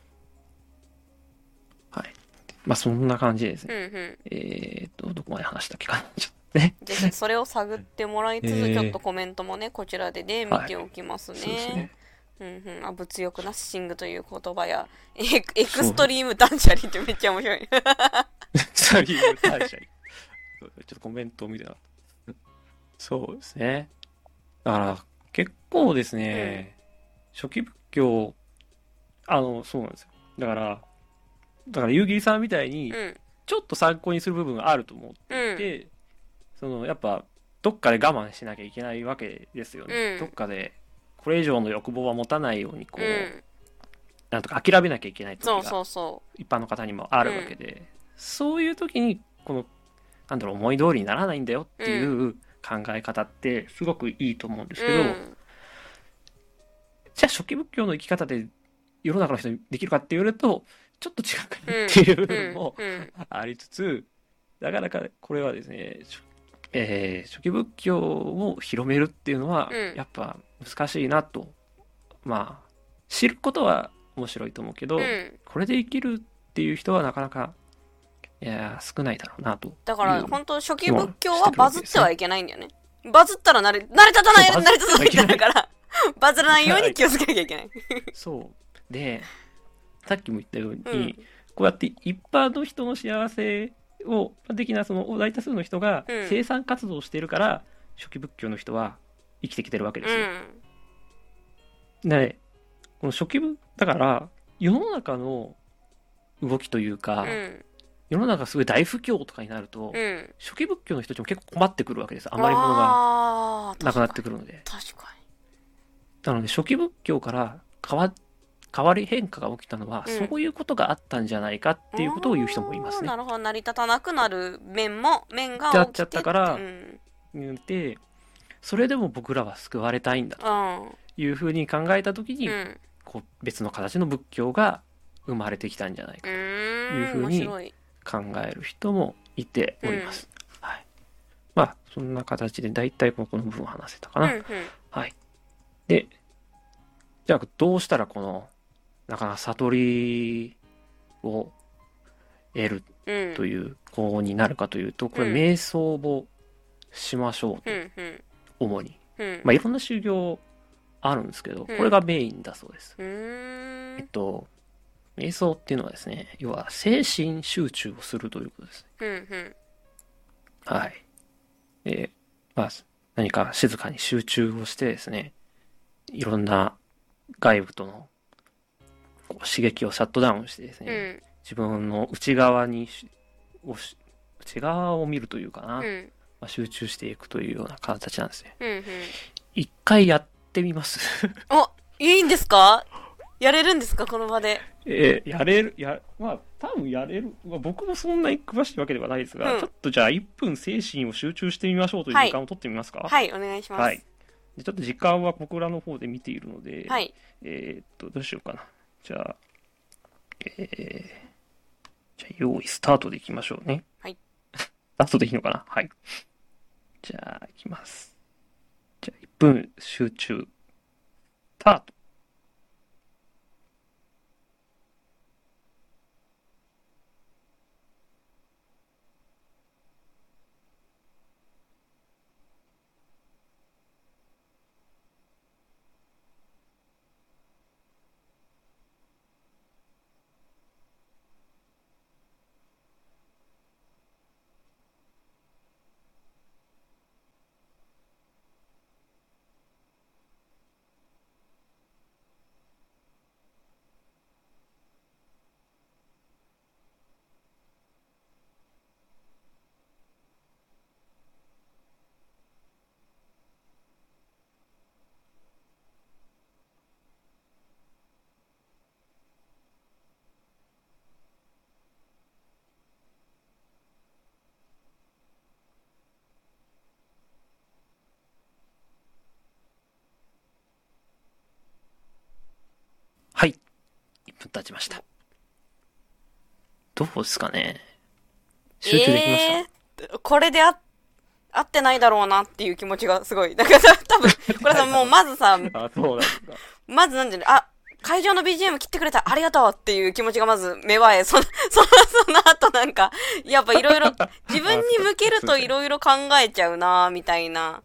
はい。まあそんな感じですね。 うんうん、 えっと、どこまで話したっけかな。ちょっとね。 ぜひそれを探ってもらいつつ、ちょっとコメントもね、こちらでね、見ておきますね。 はい、そうですね。 うんうん。あ、物欲なしシングという言葉や、エエクストリーム断捨離ってめっちゃ面白い。エクストリーム断捨離。ちょっとコメントを見てなかった。そうですね。だから、結構ですね、うん、初期仏教、あの、そうなんですよ。だから、だから、夕霧さんみたいに、ちょっと参考にする部分があると思っていて、うん、その、やっぱ、どっかで我慢しなきゃいけないわけですよね。うん、どっかで、これ以上の欲望は持たないように、こう、うん、なんとか諦めなきゃいけない時が、そうそうそう。一般の方にもあるわけで、うん、そういう時に、この、なんだろう、思い通りにならないんだよっていう考え方って、すごくいいと思うんですけど、うん、じゃあ初期仏教の生き方で世の中の人にできるかって言われるとちょっと違うかなっていう部分もありつつ、なかなかこれはですね、えー、初期仏教を広めるっていうのはやっぱ難しいなと、まあ知ることは面白いと思うけど、うん、これで生きるっていう人はなかなかいや少ないだろうなと。 だから本当初期仏教はバズってはいけないんだよね。バズったら成り成り立たない成り立たないんだからバズらないように気をつけなきゃいけない。 そうで、さっきも言ったように、うん、こうやって一般の人の幸せを的なその大多数の人が生産活動をしているから、うん、初期仏教の人は生きてきてるわけですよ。うん、でこの初期仏だから世の中の動きというか、うん、世の中すごい大不況とかになると、うん、初期仏教の人たちも結構困ってくるわけです。余り物がなくなってくるので。 確かに。 なので初期仏教から変わ変わり変化が起きたのは、うん、そういうことがあったんじゃないかっていうことを言う人もいますね。 なるほど、成り立たなくなる面も面が起きてやっちゃったから、うん、でそれでも僕らは救われたいんだというふうに考えた時に、うん、こう別の形の仏教が生まれてきたんじゃないかというふうに考える人もいております。うん、はい。まあそんな形で大体この部分を話せたかな。うんうん、はい。で、じゃあどうしたらこのなかなか悟りを得るという行になるかというと、これ瞑想をしましょうと、主に。まあいろんな修行あるんですけど、これがメインだそうです。えっと、瞑想っていうのはですね、要は精神集中をするということですね。はい。で、まあ何か静かに集中をしてですね、いろんな外部とのこう刺激をシャットダウンしてですね、うん、自分の内側に内側を見るというかな、うん、まあ、集中していくというような形なんですね。うんうん、一回やってみます。 お、いいんですか？やれるんですかこの場で？ えー、やれる、や、まあ多分やれる、まあ、僕もそんなに詳しいわけではないですが、うん、ちょっとじゃあいっぷん精神を集中してみましょうという時間を取ってみますか？ はい、はい、お願いします。はい。 ちょっと時間は僕らの方で見ているので、はい、えー、っと、どうしようかな。じゃあ、えー、じゃあ、用意スタートでいきましょうね。はい。スタートでいいのかな？はい。じゃあ、いきます。じゃあ、いっぷん集中、スタート。はい。いっぷん経ちました。どうですかね？集中できました？ えー、これであ、合ってないだろうなっていう気持ちがすごい。だからさ、多分、これさ、もうまずさ、 あ、そうなんですか。 まずなんじゃない、あ、会場の ビージーエム 切ってくれた、ありがとうっていう気持ちがまず芽生え、その、その、その後なんか、やっぱいろいろ、自分に向けるといろいろ考えちゃうなみたいな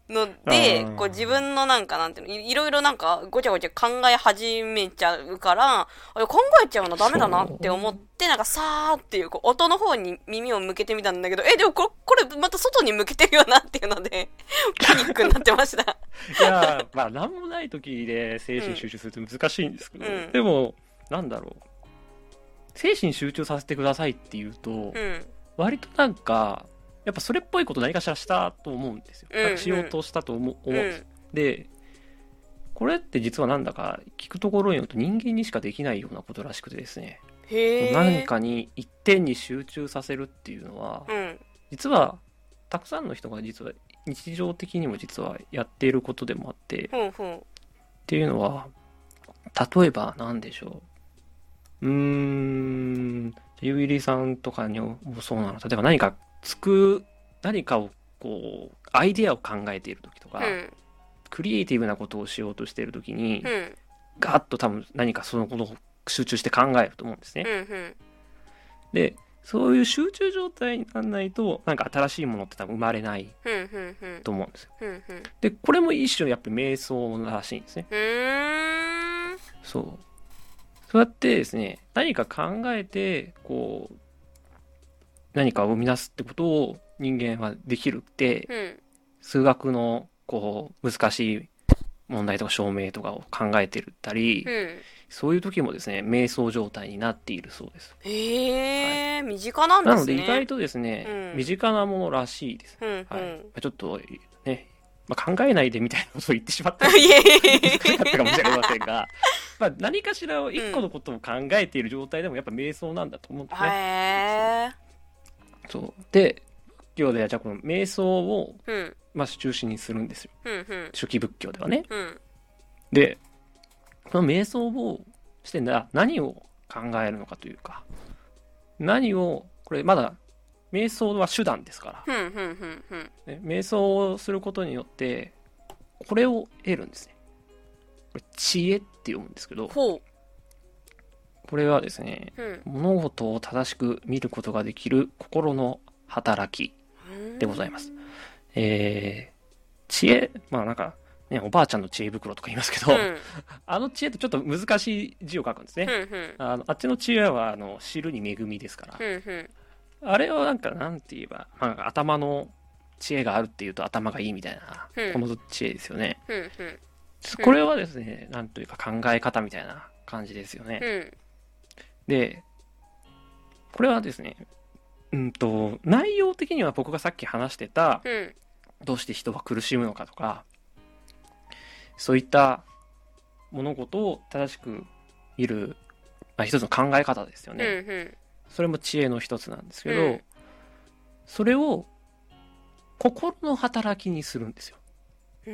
ので、こう自分のなんかなんていうの、い、いろいろなんかごちゃごちゃ考え始めちゃうから、あ考えちゃうのダメだなって思って、なんかさーっていう、こう音の方に耳を向けてみたんだけど、え、でもこれ、これまた外に向けてるよなっていうので、パニックになってました。 いやー、まあなんもない時で精神集中すると難しいんですけど、うん、でも、なんだろう。精神集中させてくださいって言うと、うん、割となんか、やっぱそれっぽいこと何かしらしたと思うんですよ。うんうん、しようとしたと思う、思うんです、うん、で、これって実はなんだか聞くところによると人間にしかできないようなことらしくてですね。 へー。 何かに一点に集中させるっていうのは、うん、実はたくさんの人が実は日常的にも実はやっていることでもあって、 うんうん、 っていうのは、例えば何でしょう。うーん、ゆいりさんとかにもそうなの。例えば何かつく、何かをこう、アイデアを考えている時とか、うん、クリエイティブなことをしようとしている時に、うん、ガーッと多分何かそのことを集中して考えると思うんですね。 うんうん、 で、そういう集中状態にならないと、なんか新しいものって多分生まれないと思うんですよ。 うんうん、 で、これも一種やっぱり瞑想らしいんですね。 うーん、 そう。そうやってですね、何か考えて、こう、何かを生み出すってことを人間はできるって、うん、数学のこう難しい問題とか証明とかを考えてるったり、うん、そういう時もですね、瞑想状態になっているそうです。 へえ、はい、身近なんですね。 なので意外とですね、うん、身近なものらしいです。 うんうん、 はい、ちょっとね、まあ、考えないでみたいなことを言ってしまったら難しかったかもしれませんが、まあ何かしらを一個のことを考えている状態でもやっぱ瞑想なんだと思うんですね。 へー。 そうで、仏教ではじゃあこの瞑想を、 うん、 まあ中心にするんですよ。 うんうん、 初期仏教ではね。 うん、 で、この瞑想をしてな何を考えるのかというか、何をこれまだ瞑想は手段ですから、 うんうんうんうん、 ね、瞑想をすることによってこれを得るんですね。これ知恵って読むんですけど、 ほう、 これはですね、うん、物事を正しく見ることができる心の働きでございます。えー、知恵、まあなんか、ね、おばあちゃんの知恵袋とか言いますけど、うん、あの知恵ってちょっと難しい字を書くんですね。 うんうん、 あのあっちの知恵はあの知るに恵みですから、 うんうん、 あれはなんかなんて言えば、まあ、頭の知恵があるっていうと頭がいいみたいな、うん、この知恵ですよね。 うんうん、 これはですね、なんというか考え方みたいな感じですよね。 うん、 で、これはですね、うんと、内容的には僕がさっき話してた、 うん、 どうして人は苦しむのかとか、そういった物事を正しく見る、まあ、一つの考え方ですよね。 うんうん、 それも知恵の一つなんですけど、 うん、 それを心の働きにするんですよ。 うん、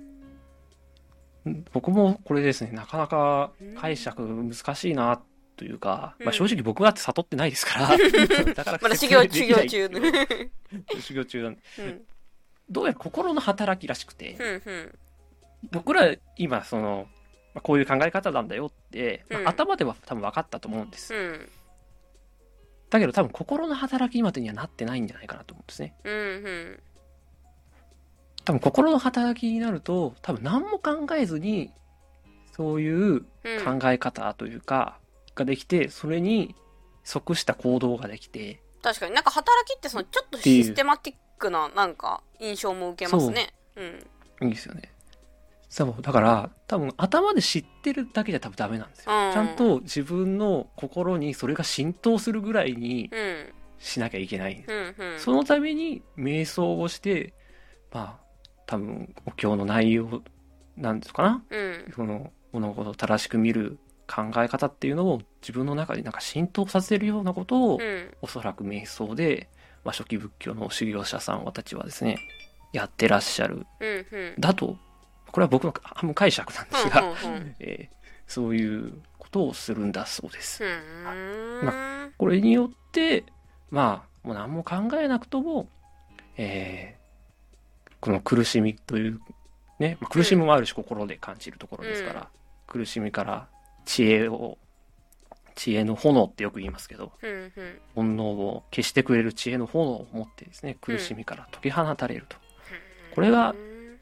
僕もこれですね、なかなか解釈難しいなというか、うん、まあ、正直僕だって悟ってないですから、だからまだ修行修行中修行中なんで、 うん、 どうやら心の働きらしくて、 うんうん、 僕ら今その、まあ、こういう考え方なんだよって、まあ、頭では多分分かったと思うんです、 うん、 だけど多分心の働きまでにはなってないんじゃないかなと思うんですね、 うんうん、 多分心の働きになると多分何も考えずにそういう考え方というか、うん、ができて、それに即した行動ができて、 確かになんか働きってそのちょっとシステマティックななんか印象も受けますね。 そう、うん、いいですよね。そうだから多分頭で知ってるだけじゃ多分ダメなんですよ、うん、ちゃんと自分の心にそれが浸透するぐらいにしなきゃいけない、 うんうん、 そのために瞑想をして、まあ多分お経の内容なんですかな、 うん、 その物事を正しく見る考え方っていうのを自分の中になんか浸透させるようなことを、うん、おそらく瞑想で、まあ、初期仏教の修行者さんたちはですねやってらっしゃる、 うんうん、 だとこれは僕の半分解釈なんですが、 うんうんうんえー、そういうことをするんだそうです、 うんまあ、これによってまあもう何も考えなくとも、えー、この苦しみというね、まあ、苦しみもあるし心で感じるところですから、うん、苦しみから知恵を知恵の炎ってよく言いますけど、 うんうん、 煩悩を消してくれる知恵の炎を持ってですね苦しみから解き放たれると、 うん、 これが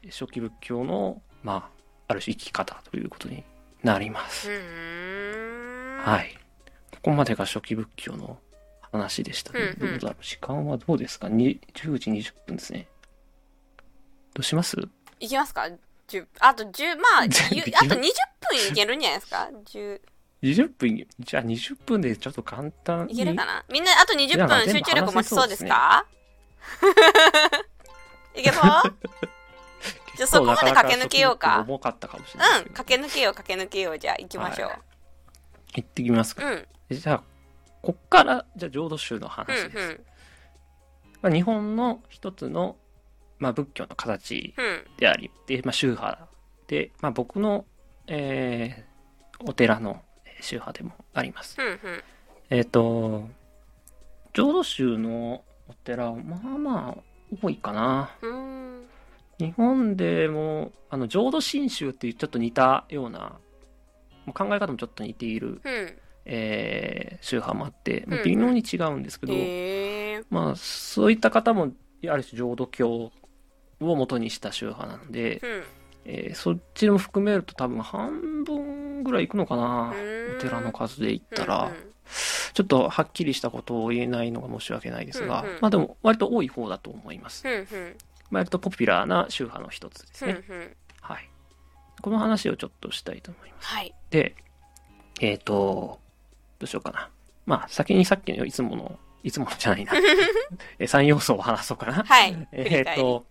初期仏教の、まあ、ある種生き方ということになります。はい。ここまでが初期仏教の話でしたね。うんうん、どうだろう、時間はどうですか？じゅうじにじゅっぷんですね。どうします？ いきますか？あとじゅう、まあ、あとにじゅっぷんいけるんじゃないですか？ じゅうにじゅっぷん、じゃあにじゅっぷんでちょっと簡単に。 いけるかな？みんなあとにじゅっぷん集中力持ちそうですか？いけそうじゃあそこまで駆け抜けようか。 重かったかもしれない。 うん、駆け抜けよう、駆け抜けよう。じゃあ行きましょう。はい、 行ってきますか。 うん。 じゃあ、こっから、じゃあ浄土宗の話です。うんうん、まあ、日本の一つの、まあ、仏教の形であり、うん、で、まあ、宗派で、まあ、僕の、えー、お寺の宗派でもあります。 うんうん、 えっと、浄土宗のお寺はまあまあ多いかな。 うん、 日本でもあの浄土真宗っていうちょっと似たような考え方もちょっと似ている、 うんえー、宗派もあって、まあ、微妙に違うんですけど、 うん、 まあそういった方もある種浄土教を元にした宗派なので、 うんえー、そっちも含めると多分半分ぐらいいくのかな、お寺の数で言ったら、うんうん、ちょっとはっきりしたことを言えないのが申し訳ないですが、うんうん、まあでも割と多い方だと思います。 うんうん割とポピュラーな宗派の一つですね。 うんうん、 はい。この話をちょっとしたいと思います。 はい、 で、えっ、ー、と、どうしようかな。まあ、先にさっきのいつもの、いつものじゃないな。えさん要素を話そうかな。 はい。 えっと、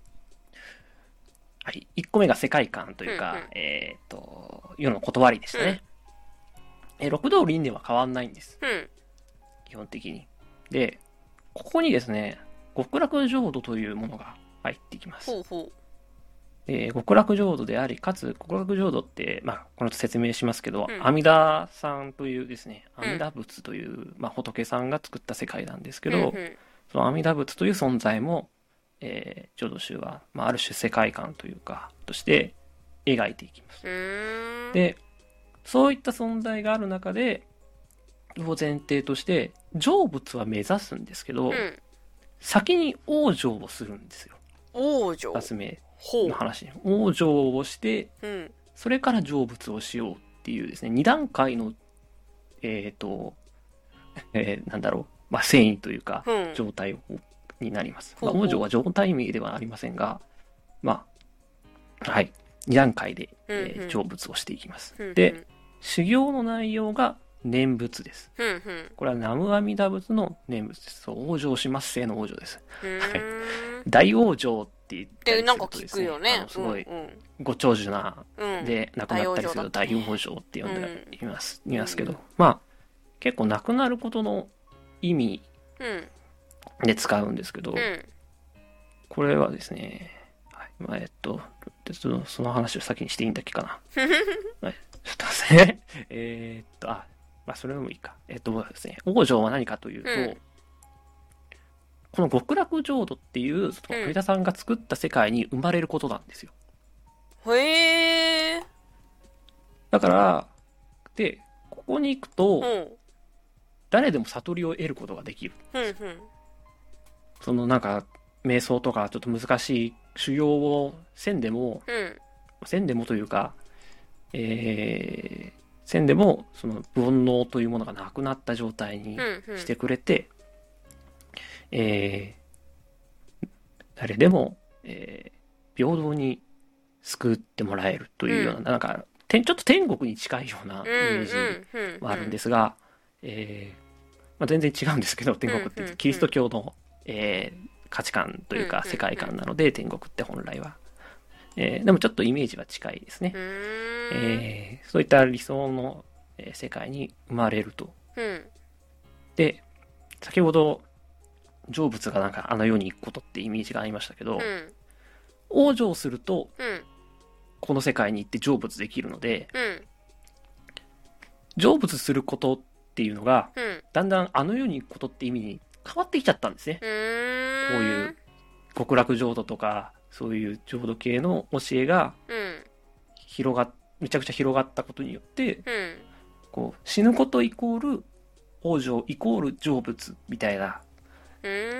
はい。いっこめが世界観というか、うんうん、えっ、ー、と、世の断りでしたね。うん、え六道輪廻は変わんないんです。 うん、 基本的に。で、ここにですね、極楽浄土というものが入ってきます。 ほうほう。 えー、極楽浄土であり、かつ極楽浄土って、まあ、この後説明しますけど、 うん、 阿弥陀さんというですね、阿弥陀仏という、まあ、仏さんが作った世界なんですけど、 うんうん、 その阿弥陀仏という存在も、えー、浄土宗は、まあ、ある種世界観というか、として描いていきます。で、そういった存在がある中で、を前提として、成仏は目指すんですけど、 うん、 先に往生をするんですよ。 往生。 二つ目の話。往生をして、 うん、 それから成仏をしようっていうですね、二段階の、えっ、ー、と、えー、なんだろう、まあ、繊維というか、 うん、 状態になります。 ほうほう、 まあ、往生は状態名ではありませんが、まあ、はい、二段階で、えーうんうん、成仏をしていきます。 うんうん、 で、修行の内容が念仏です。 うんうん、 これは南無阿弥陀仏の念仏です。そう、往生しますせの往生です。 はい。 大往生って言ったりするとですね、 なんか聞くよね。 すごいご長寿な、 うん、 で亡くなったりすると大往生って呼んでいます、うん、いますけど、うん、まあ結構亡くなることの意味で使うんですけど、うん、これはですね、はい、まあ、えっとその話を先にしていいんだっけかな。はい、ちょっと待ってね。えっとあまあそれでもいいか。えっとですね、往生は何かというと、うん、この極楽浄土っていう、その阿弥陀さんが作った世界に生まれることなんですよ。 へー。 だから、で、ここに行くと、 うん、 誰でも悟りを得ることができる。 うんうん、 そのなんか、瞑想とかちょっと難しい修行をせんでも、 うん、 せんでもというか、えー、せんでも、その煩悩というものがなくなった状態にしてくれて、うんうん、えー、誰でも、えー、平等に救ってもらえるというような、うん、なんかちょっと天国に近いようなイメージはあるんですが、えーまあ、全然違うんですけど、天国ってキリスト教の、えー、価値観というか世界観なので、天国って本来は、えー、でもちょっとイメージは近いですね。えー、そういった理想の、えー、世界に生まれると、 うん、 で先ほど成仏がなんかあの世に行くことってイメージがありましたけど、 うん、 往生すると、 うん、 この世界に行って成仏できるので、 うん、 成仏することっていうのが、 うん、 だんだんあの世に行くことって意味に変わってきちゃったんですね。 うーん、 こういう極楽浄土とかそういう浄土系の教えが広がっ、めちゃくちゃ広がったことによって、 うん、 こう死ぬことイコール往生イコール成仏みたいな、 うー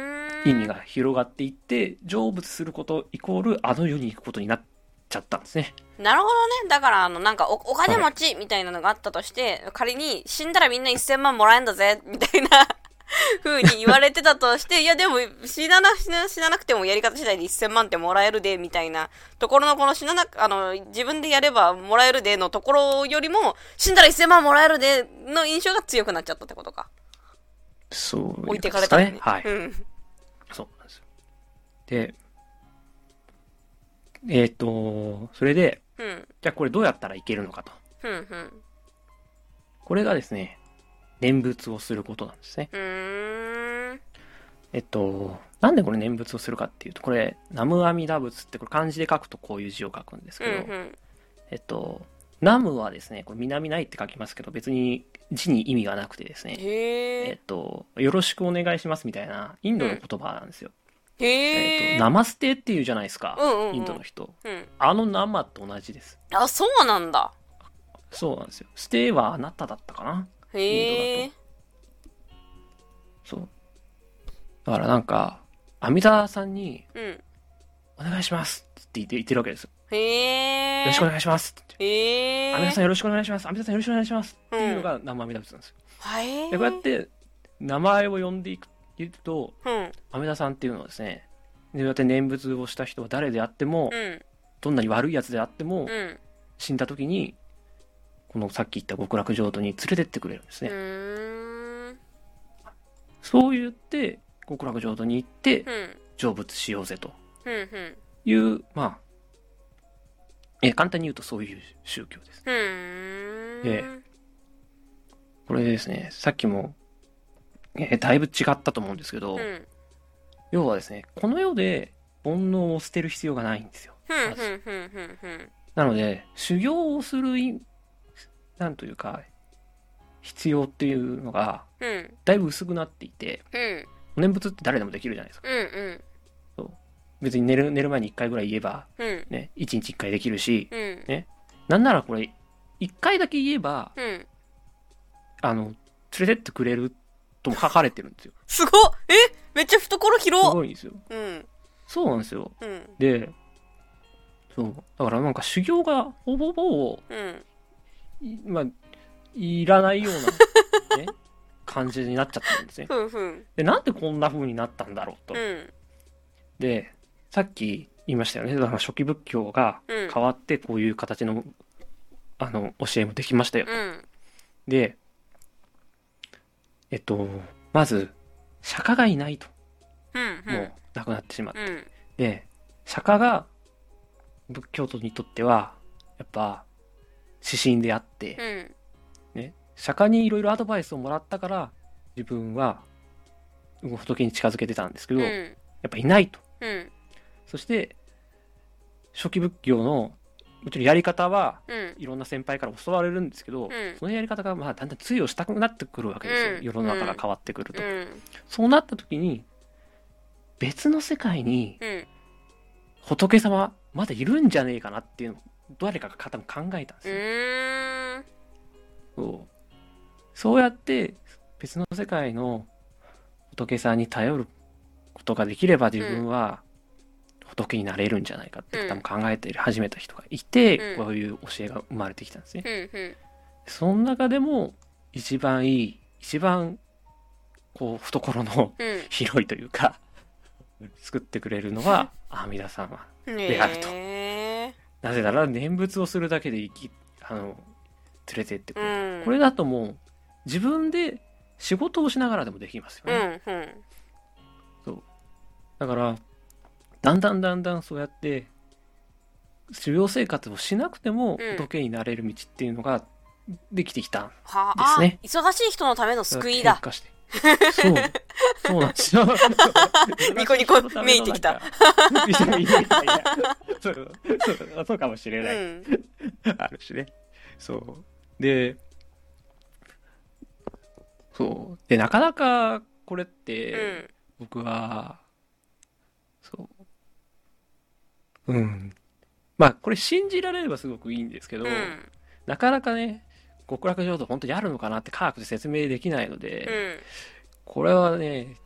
意味が広がっていって、成仏することイコールあの世に行くことになっちゃったんですね。 なるほどね。だからあのなんか お, お金持ちみたいなのがあったとして、はい、仮に死んだらみんなせんまんもらえんだぜみたいな風に言われてたとして、いやでも死なな死な死ななくてもやり方次第でせんまんってもらえるでみたいなところのこの死ななあの自分でやればもらえるでのところよりも死んだらせんまんもらえるでの印象が強くなっちゃったってことか。 そう、ね、 置いてかれたね。 はい。うん、そうなんですよ。で、えっ、ー、とそれで、うん、じゃあこれどうやったらいけるのかと。うんうん、これがですね。念仏をすることなんですね。うーんえっと、なんでこれ念仏をするかっていうと、これ、南無阿弥陀仏ってこれ漢字で書くとこういう字を書くんですけど、うんうん、えっと、南無はですね、これ南ないって書きますけど、別に字に意味がなくてですね、えっと、よろしくお願いしますみたいなインドの言葉なんですよ。うん、えっと、ナマステっていうじゃないですか、うんうんうん、インドの人。うん、あの生と同じです。 あ、そうなんだ。 そうなんですよ。ステはあなただったかな。へえ。そう。だからなんか、阿弥陀さんに、うん、お願いしますって言って言ってるわけですよ。へえ。よろしくお願いしますって。へえ。阿弥陀さんよろしくお願いします。阿弥陀さんよろしくお願いします。っていうのが生阿弥陀仏なんですよ。へえ。で、こうやって名前を呼んでいくと、うん、阿弥陀さんっていうのはですね、で、こうやって念仏をした人は誰であっても、うん、どんなに悪いやつであっても、うん、死んだ時に、このさっき言った極楽浄土に連れてってくれるんですね。うーんそう言って極楽浄土に行って、うん、成仏しようぜという、うんうん、まあえ簡単に言うとそういう宗教です。うーんでこれですね、さっきも、えだいぶ違ったと思うんですけど、うん、要はですね、この世で煩悩を捨てる必要がないんですよ。まずなので修行をする意味なんというか必要っていうのがだいぶ薄くなっていて、うん、念仏って誰でもできるじゃないですか、うんうん、そう別に寝る、寝る前にいっかいぐらい言えば、うんね、いちにちいっかいできるし、うんね、なんならこれいっかいだけ言えば、うん、あの連れてってくれるとも書かれてるんですよ。 すごっ、えめっちゃ懐広。 すごいんですよ、うん、そうなんですよ、うん、でそうだからなんか修行がほぼほぼ、うんまあ、いらないような、ね、感じになっちゃったんですね。ふんふんで、なんでこんな風になったんだろうと。うん、で、さっき言いましたよね。だから初期仏教が変わってこういう形の、うん、あの教えもできましたよと。うん、で、えっと、まず釈迦がいないと。うんうん、もう亡くなってしまって。うん、で、釈迦が仏教徒にとってはやっぱ指針であって、うんね、釈迦にいろいろアドバイスをもらったから自分は仏に近づけてたんですけど、うん、やっぱいないと、うん、そして初期仏教のもちろんやり方は、うん、いろんな先輩から教われるんですけど、うん、そのやり方がまあだんだん通用したくなってくるわけですよ、うん、世の中が変わってくると、うん、そうなった時に別の世界に仏様まだいるんじゃねえかなっていうのを誰かが多分考えたんですよ。うーんそうそうやって別の世界の仏さんに頼ることができれば自分は仏になれるんじゃないかって多分考えて始めた人がいて、うん、こういう教えが生まれてきたんですね。うんうん、その中でも一番いい一番こう懐の広いというか、うん、作ってくれるのは阿弥陀様であると。なぜなら念仏をするだけで生きあの連れてってくれる、うん、これだともう自分で仕事をしながらでもできますよね、うんうん、そうだからだんだんだんだんそうやって修行生活をしなくても仏になれる道っていうのができてきたんですね、 うん、忙しい人のための救いだ。 してそうそうなんですよ。 ニコニコめいてきた。 いやいやいやそうそうそうかもしれない、うん、あるしね。そうでそうでなかなかこれって、うん、僕はそううんまあこれ信じられればすごくいいんですけど、うん、なかなかね極楽浄土本当にあるのかなって科学で説明できないので、うん、これはね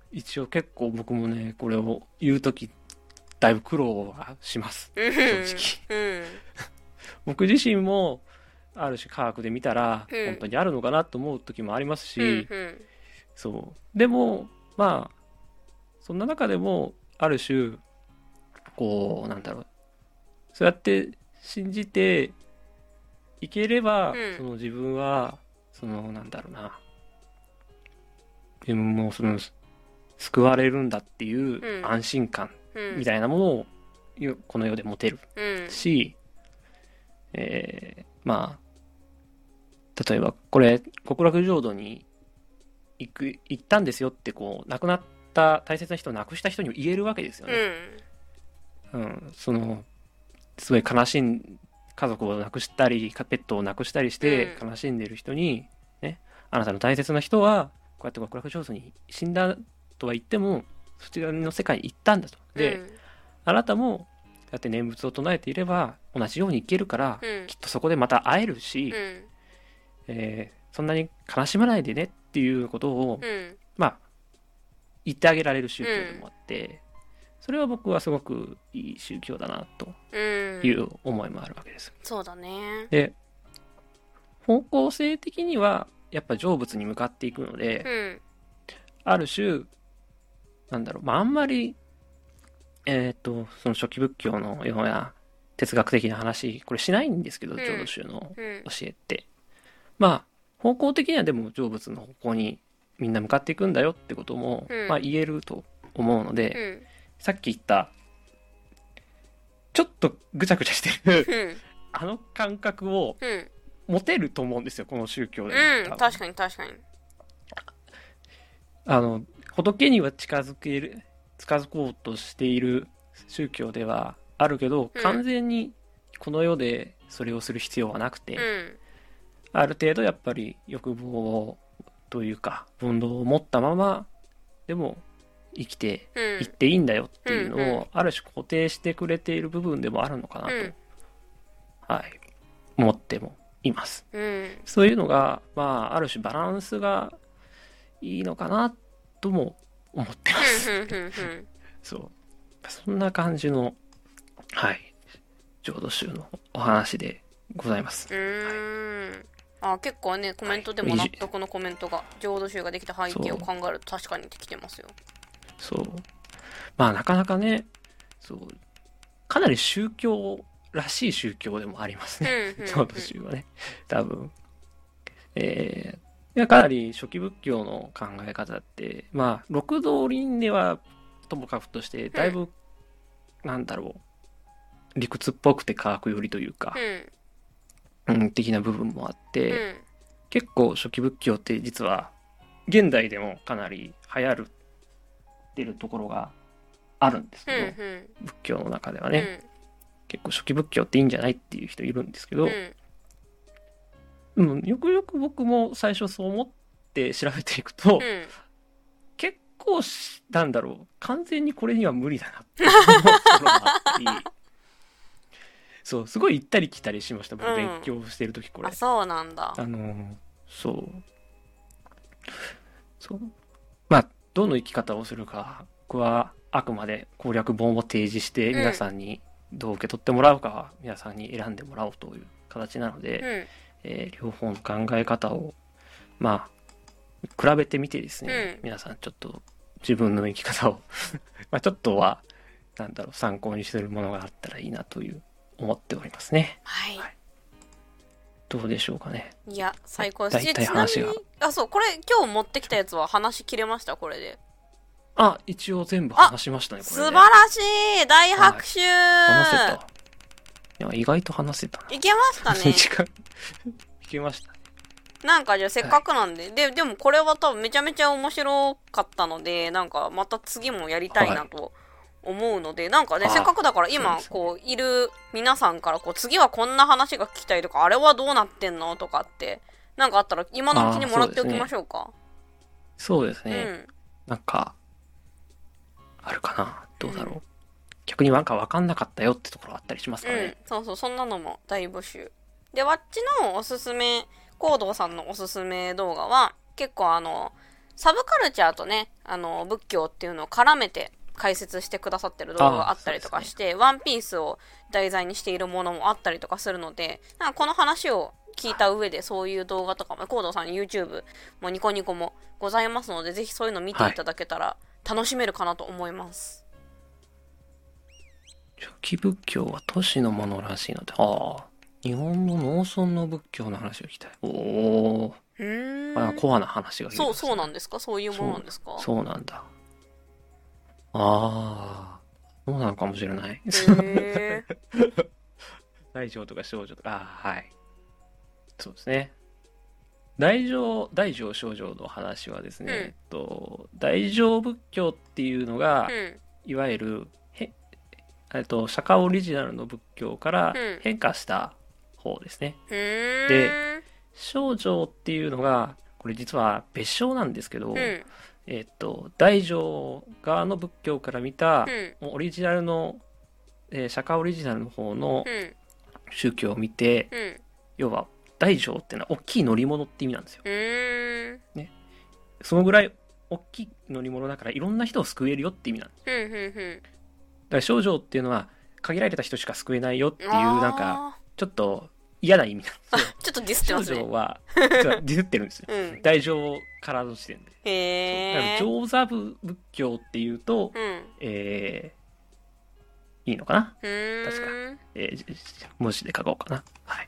一応結構僕もね、これを言うとき、だいぶ苦労はします。正直。僕自身も、ある種科学で見たら、うん、本当にあるのかなと思う時もありますし、うんうん、そう。でも、まあ、そんな中でも、ある種、こう、なんだろう。そうやって信じていければ、うん、その自分は、その、なんだろうな。自分もその、救われるんだっていう安心感みたいなものを、この世で持てるし、うん、えー、まあ、例えばこれ極楽浄土に行く行ったんですよってこう亡くなった大切な人を亡くした人にも言えるわけですよね。うん、うん、そのすごい悲しん家族を亡くしたりペットを亡くしたりして悲しんでいる人に、ね、あなたの大切な人はこうやって極楽浄土に死んだとは言ってもそちらの世界に行ったんだと。で、うん、あなたもだって念仏を唱えていれば同じように生けるから、うん、きっとそこでまた会えるし、うんえー、そんなに悲しまないでねっていうことを、うん、まあ言ってあげられる宗教でもあって、うん、それは僕はすごくいい宗教だなという思いもあるわけです。 うん、そうだね。 で方向性的にはやっぱ成仏に向かっていくので、うん、ある種なんだろうまああんまりえっとその初期仏教のような哲学的な話これしないんですけど、うん、浄土宗の教えって。まあ方向的にはでも成仏の方向にみんな向かっていくんだよってことも、うん、まあ言えると思うので、うん、さっき言ったちょっとぐちゃぐちゃしてる、うん、あの感覚を持てると思うんですよこの宗教で、 うん、確かに確かにあの仏には近づける近づこうとしている宗教ではあるけど、うん、完全にこの世でそれをする必要はなくて、うんある程度やっぱり欲望というか煩悩を持ったままでも生きていっていいんだよっていうのをある種固定してくれている部分でもあるのかなと、うん、はい、思ってもいます、うん、そういうのがまあある種バランスがいいのかなとも思ってますそうそんな感じのはい浄土宗のお話でございます。 うーん、はいあ結構ねコメントでも納得のコメントが浄土宗ができた背景を考えると確かにできてますよ。 そうまあなかなかねそうかなり宗教らしい宗教でもありますね浄土宗はね多分えー、かなり初期仏教の考え方ってまあ六道輪廻はともかくとしてだいぶ、うん、なんだろう理屈っぽくて科学寄りというか、うんうん、的な部分もあって、うん、結構初期仏教って実は現代でもかなり流行るってるところがあるんですけど、うんうん、仏教の中ではね、うん、結構初期仏教っていいんじゃないっていう人いるんですけど、うん、うん、よくよく僕も最初そう思って調べていくと、うん、結構なんだろう完全にこれには無理だなって思うところがあってそうすごい行ったり来たりしました僕、うん、勉強してる時これあそうなんだあのそうそうまあどの生き方をするか僕はあくまで攻略本を提示して皆さんにどう受け取ってもらうかは皆さんに選んでもらおうという形なので、うんえー、両方の考え方をまあ比べてみてですね、うん、皆さんちょっと自分の生き方をまあちょっとはなんだろう参考にするものがあったらいいなという思っておりますね。 はい。はい、 どうでしょうかね。 いや最高です。大体話が。あそうこれ今日持ってきたやつは話し切れましたこれで。 あ一応全部話しましたねこれ、ね。 素晴らしい大拍手、はい、 話せた。いや意外と話せたな。 いけましたね。 いけました。 なんかじゃあせっかくなんで、はい、ででもこれは多分めちゃめちゃ面白かったのでなんかまた次もやりたいなと。はい思うのでなんかねせっかくだから今こういる皆さんからこう次はこんな話が聞きたいとかあれはどうなってんのとかってなんかあったら今のうちにもらっておきましょうか。 そうですね、うん、なんかあるかなどうだろう、うん、逆になんか分かんなかったよってところあったりしますかね、うん、 そうそうそんなのも大募集でわっちのおすすめコードーさんのおすすめ動画は結構あのサブカルチャーとね、あの、仏教っていうのを絡めて解説してくださってる動画があったりとかして、ね、ワンピースを題材にしているものもあったりとかするので、なんかこの話を聞いた上でそういう動画とかも、コードさん YouTube もニコニコもございますので、ぜひそういうの見ていただけたら楽しめるかなと思います。 初期仏教は都市のものらしいので、ああ、日本の農村の仏教の話を聞きたい。おお。うーん。コアな話が聞ける、 そう、そうなんですか？そういうものなんですか？ そう、そうなんだ。ああ、そうなのかもしれない。 へ大乗とか小乗とか、ああ、はい。そうですね。大乗、大乗小乗の話はですね、うん、えっと、大乗仏教っていうのが、うん、いわゆる、へえっと、釈迦オリジナルの仏教から変化した方ですね。うん、で、小乗っていうのが、これ実は別称なんですけど、うん、えっと、大乗側の仏教から見た、うん、オリジナルの、えー、釈迦オリジナルの方の宗教を見て、うん、要は大乗っていうのは大きい乗り物って意味なんですよ。ね、そのぐらい大きい乗り物だからいろんな人を救えるよって意味なんです。だから小乗っていうのは限られた人しか救えないよっていうなんかちょっと嫌な意味なんですよ。 ちょっとディスってますね。 小乗は実はディスってるんですよ。うん、大乗からの時点で。 へだから上座部仏教っていうと、うん、えー、いいのかな？確か、えー、文字で書こうかな。はい。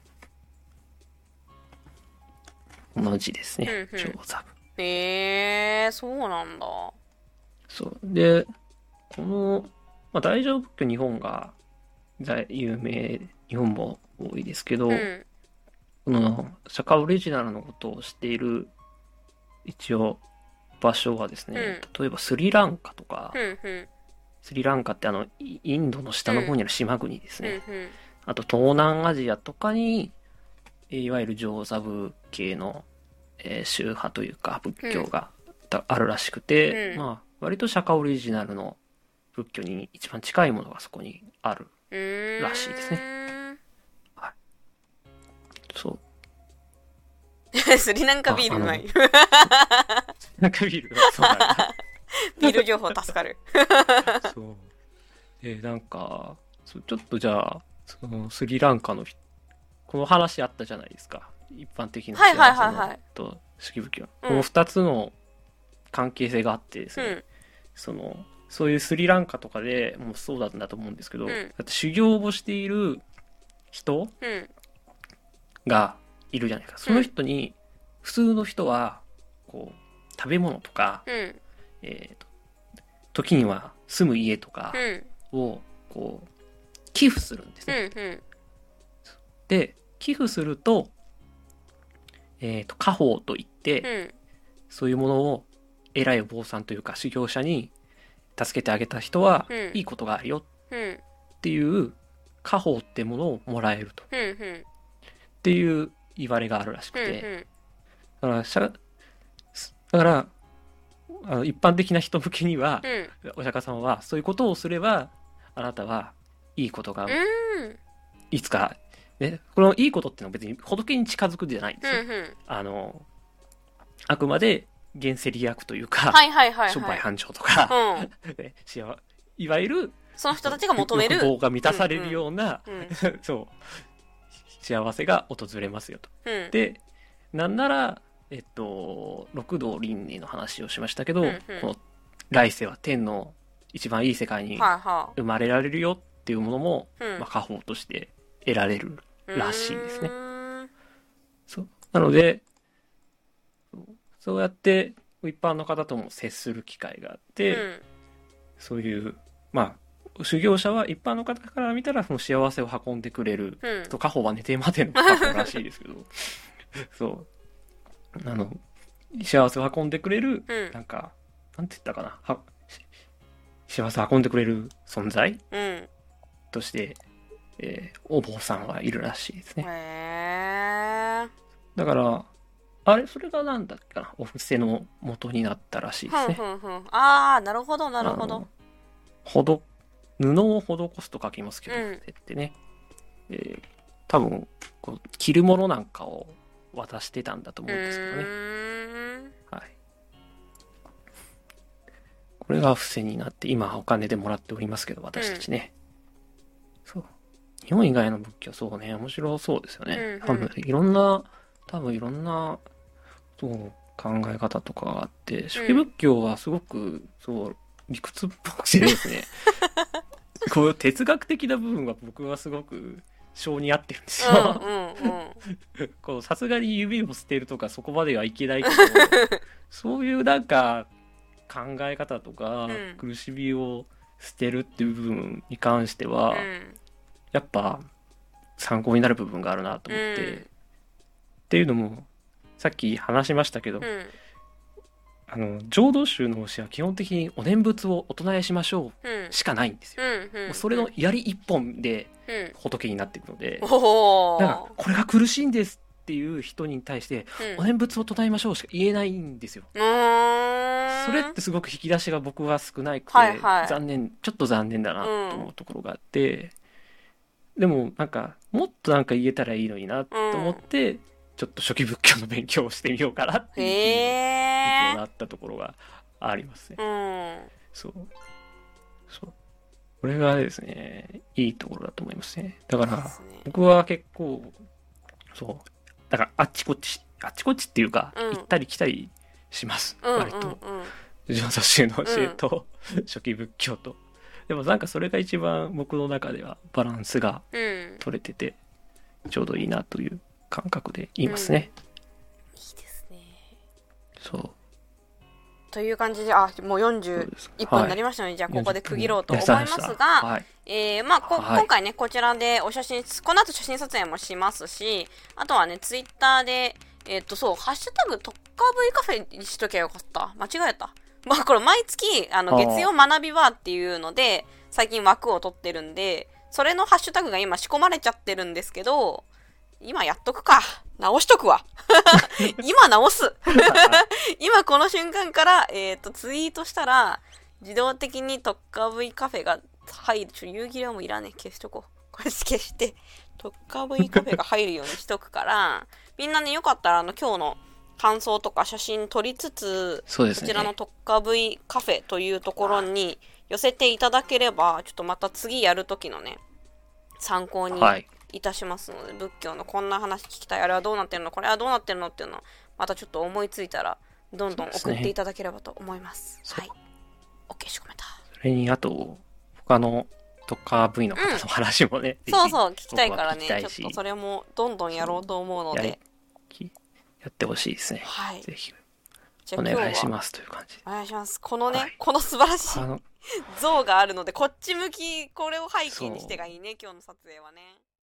この字ですね。うんうん、上座部。 へえー、そうなんだ。 そう。で、この、まあ、大乗仏教日本が有名、日本も多いですけど、うん、この釈迦オリジナルのことを知っている一応場所はですね、うん、例えばスリランカとか、うんうん、スリランカってあのインドの下の方にある島国ですね、うんうんうん、あと東南アジアとかにいわゆる上座部系の、えー、宗派というか仏教があるらしくて、うん、まあ割と釈迦オリジナルの仏教に一番近いものがそこにあるらしいですね。はい。そう。 スリランカビールうまい。 スリランカビールそうなんだ。 ビール情報助かる。 そう。えー、なんかそうちょっとじゃあそのスリランカのこの話あったじゃないですか。一般的な幸せの、はいはいはいはい、と式仏教、うん、このふたつの関係性があってですね、うん、そのそういうスリランカとかでもうそうだったんだと思うんですけど、うん、だって修行をしている人がいるじゃないですか。その人に普通の人はこう食べ物とか、うん、えーと、時には住む家とかをこう寄付するんですね。うんうん、で寄付すると、えーと、家宝といって、うん、そういうものを偉いお坊さんというか修行者に助けてあげた人は、うん、いいことがあるよっていう家宝ってものをもらえると、うんうん、っていう言われがあるらしくて、うんうん、だからだからあの一般的な人向けには、うん、お釈迦様はそういうことをすればあなたはいいことが、うん、いつか、ね、このいいことっていうのは別に仏に近づくじゃないんですよ、うんうん、あのあくまで現世利益というか、 はいはいはいはい、 商売繁盛とか、うんね、いわゆるその人たちが求める欲望が満たされるような、うんうん、そう幸せが訪れますよと、うん、でなんならえっと六道輪廻の話をしましたけど、うんうん、この来世は天の一番いい世界に生まれられるよっていうものも、はいはい、まあ、家宝として得られるらしいですね。そうなのでそうやって一般の方とも接する機会があって、うん、そういうまあ修行者は一般の方から見たらその幸せを運んでくれる、うん、と家宝は寝てまでの家宝らしいですけどそうあの幸せを運んでくれる、うん、なんかなんて言ったかなは幸せを運んでくれる存在、うん、として、えー、お坊さんはいるらしいですね。 へー。 だからあれそれがなんだっけかなお布施の元になったらしいですね。 ふんふんふんああなるほどなるほど。 ほど布を施すと書きますけど、うん、ってね、えー、多分こう着るものなんかを渡してたんだと思うんですけどね。はい。 これが付箋になって、今お金でもらっておりますけど、私たちね。うん、そう。日本以外の仏教、そうね、面白そうですよね。うんうん、多分、いろんな、多分いろんな、そう考え方とかがあって、初期仏教はすごく、そう、理屈っぽくてですね、こういう哲学的な部分は僕はすごく性に合ってるんですよ。こうさすがに指を捨てるとかそこまではいけないけど、そういうなんか考え方とか、うん、苦しみを捨てるっていう部分に関しては、うん、やっぱ参考になる部分があるなと思って、うん、っていうのもさっき話しましたけど、うん、あの浄土宗の教えは基本的にお念仏をお唱えしましょうしかないんですよ、うんうん、それの槍一本で仏になっていくので、うん、だからこれが苦しいんですっていう人に対して、うん、お念仏を唱えましょうしか言えないんですよ。それってすごく引き出しが僕は少なくて、はいはい、残念ちょっと残念だなと思うところがあって、うん、でもなんかもっとなんか言えたらいいのになと思って、うん、ちょっと初期仏教の勉強をしてみようかなっていう勉強があったところがありますね。うん、そうそうこれがですねいいところだと思いますね。だから僕は結構そうだからあっちこっちあっちこっちっていうか、うん、行ったり来たりします、うん、割と浄土宗の教えと、うん、初期仏教と。でもなんかそれが一番僕の中ではバランスが取れててちょうどいいなという感覚で言いますね、 うん、いいですね。 そうという感じで、あ、もうよんじゅういっぷんになりましたので、はい、じゃあここで区切ろうと思いますが、はい、えー、まあ、こ、はい、今回ね、こちらでお写真、この後写真撮影もしますし、あとはね、ツイッターで、えっと、そう、ハッシュタグ、特化 V カフェにしときゃよかった。間違えた。まあ、これ毎月、あの、月曜学びバーっていうので、最近枠を取ってるんで、それのハッシュタグが今仕込まれちゃってるんですけど、今やっとくか。直しとくわ。今直す。今この瞬間から、えっと、ツイートしたら、自動的に特化 V カフェが入る。ちょ、夕霧はもういらねえ。消しとこう。これ消して、特化 V カフェが入るようにしとくから、みんなね、よかったら、あの、今日の感想とか写真撮りつつ、そうですね、こちらの特化 V カフェというところに寄せていただければ、ちょっとまた次やるときのね、参考に、はいいたしますので、仏教のこんな話聞きたい、あれはどうなってるの、これはどうなってるのっていうのをまたちょっと思いついたらどんどん送っていただければと思います。はい。OK、しこめた。 それにあと他の特化 V の方の話もね、 うん、そうそう聞きたいからね、ちょっとそれもどんどんやろうと思うのでや, やってほしいですね。はい。ぜひお願いしますという感じで。 お願いします。このね、はい、この素晴らしい像があるので、こっち向きこれを背景にしてがいいね、今日の撮影はね。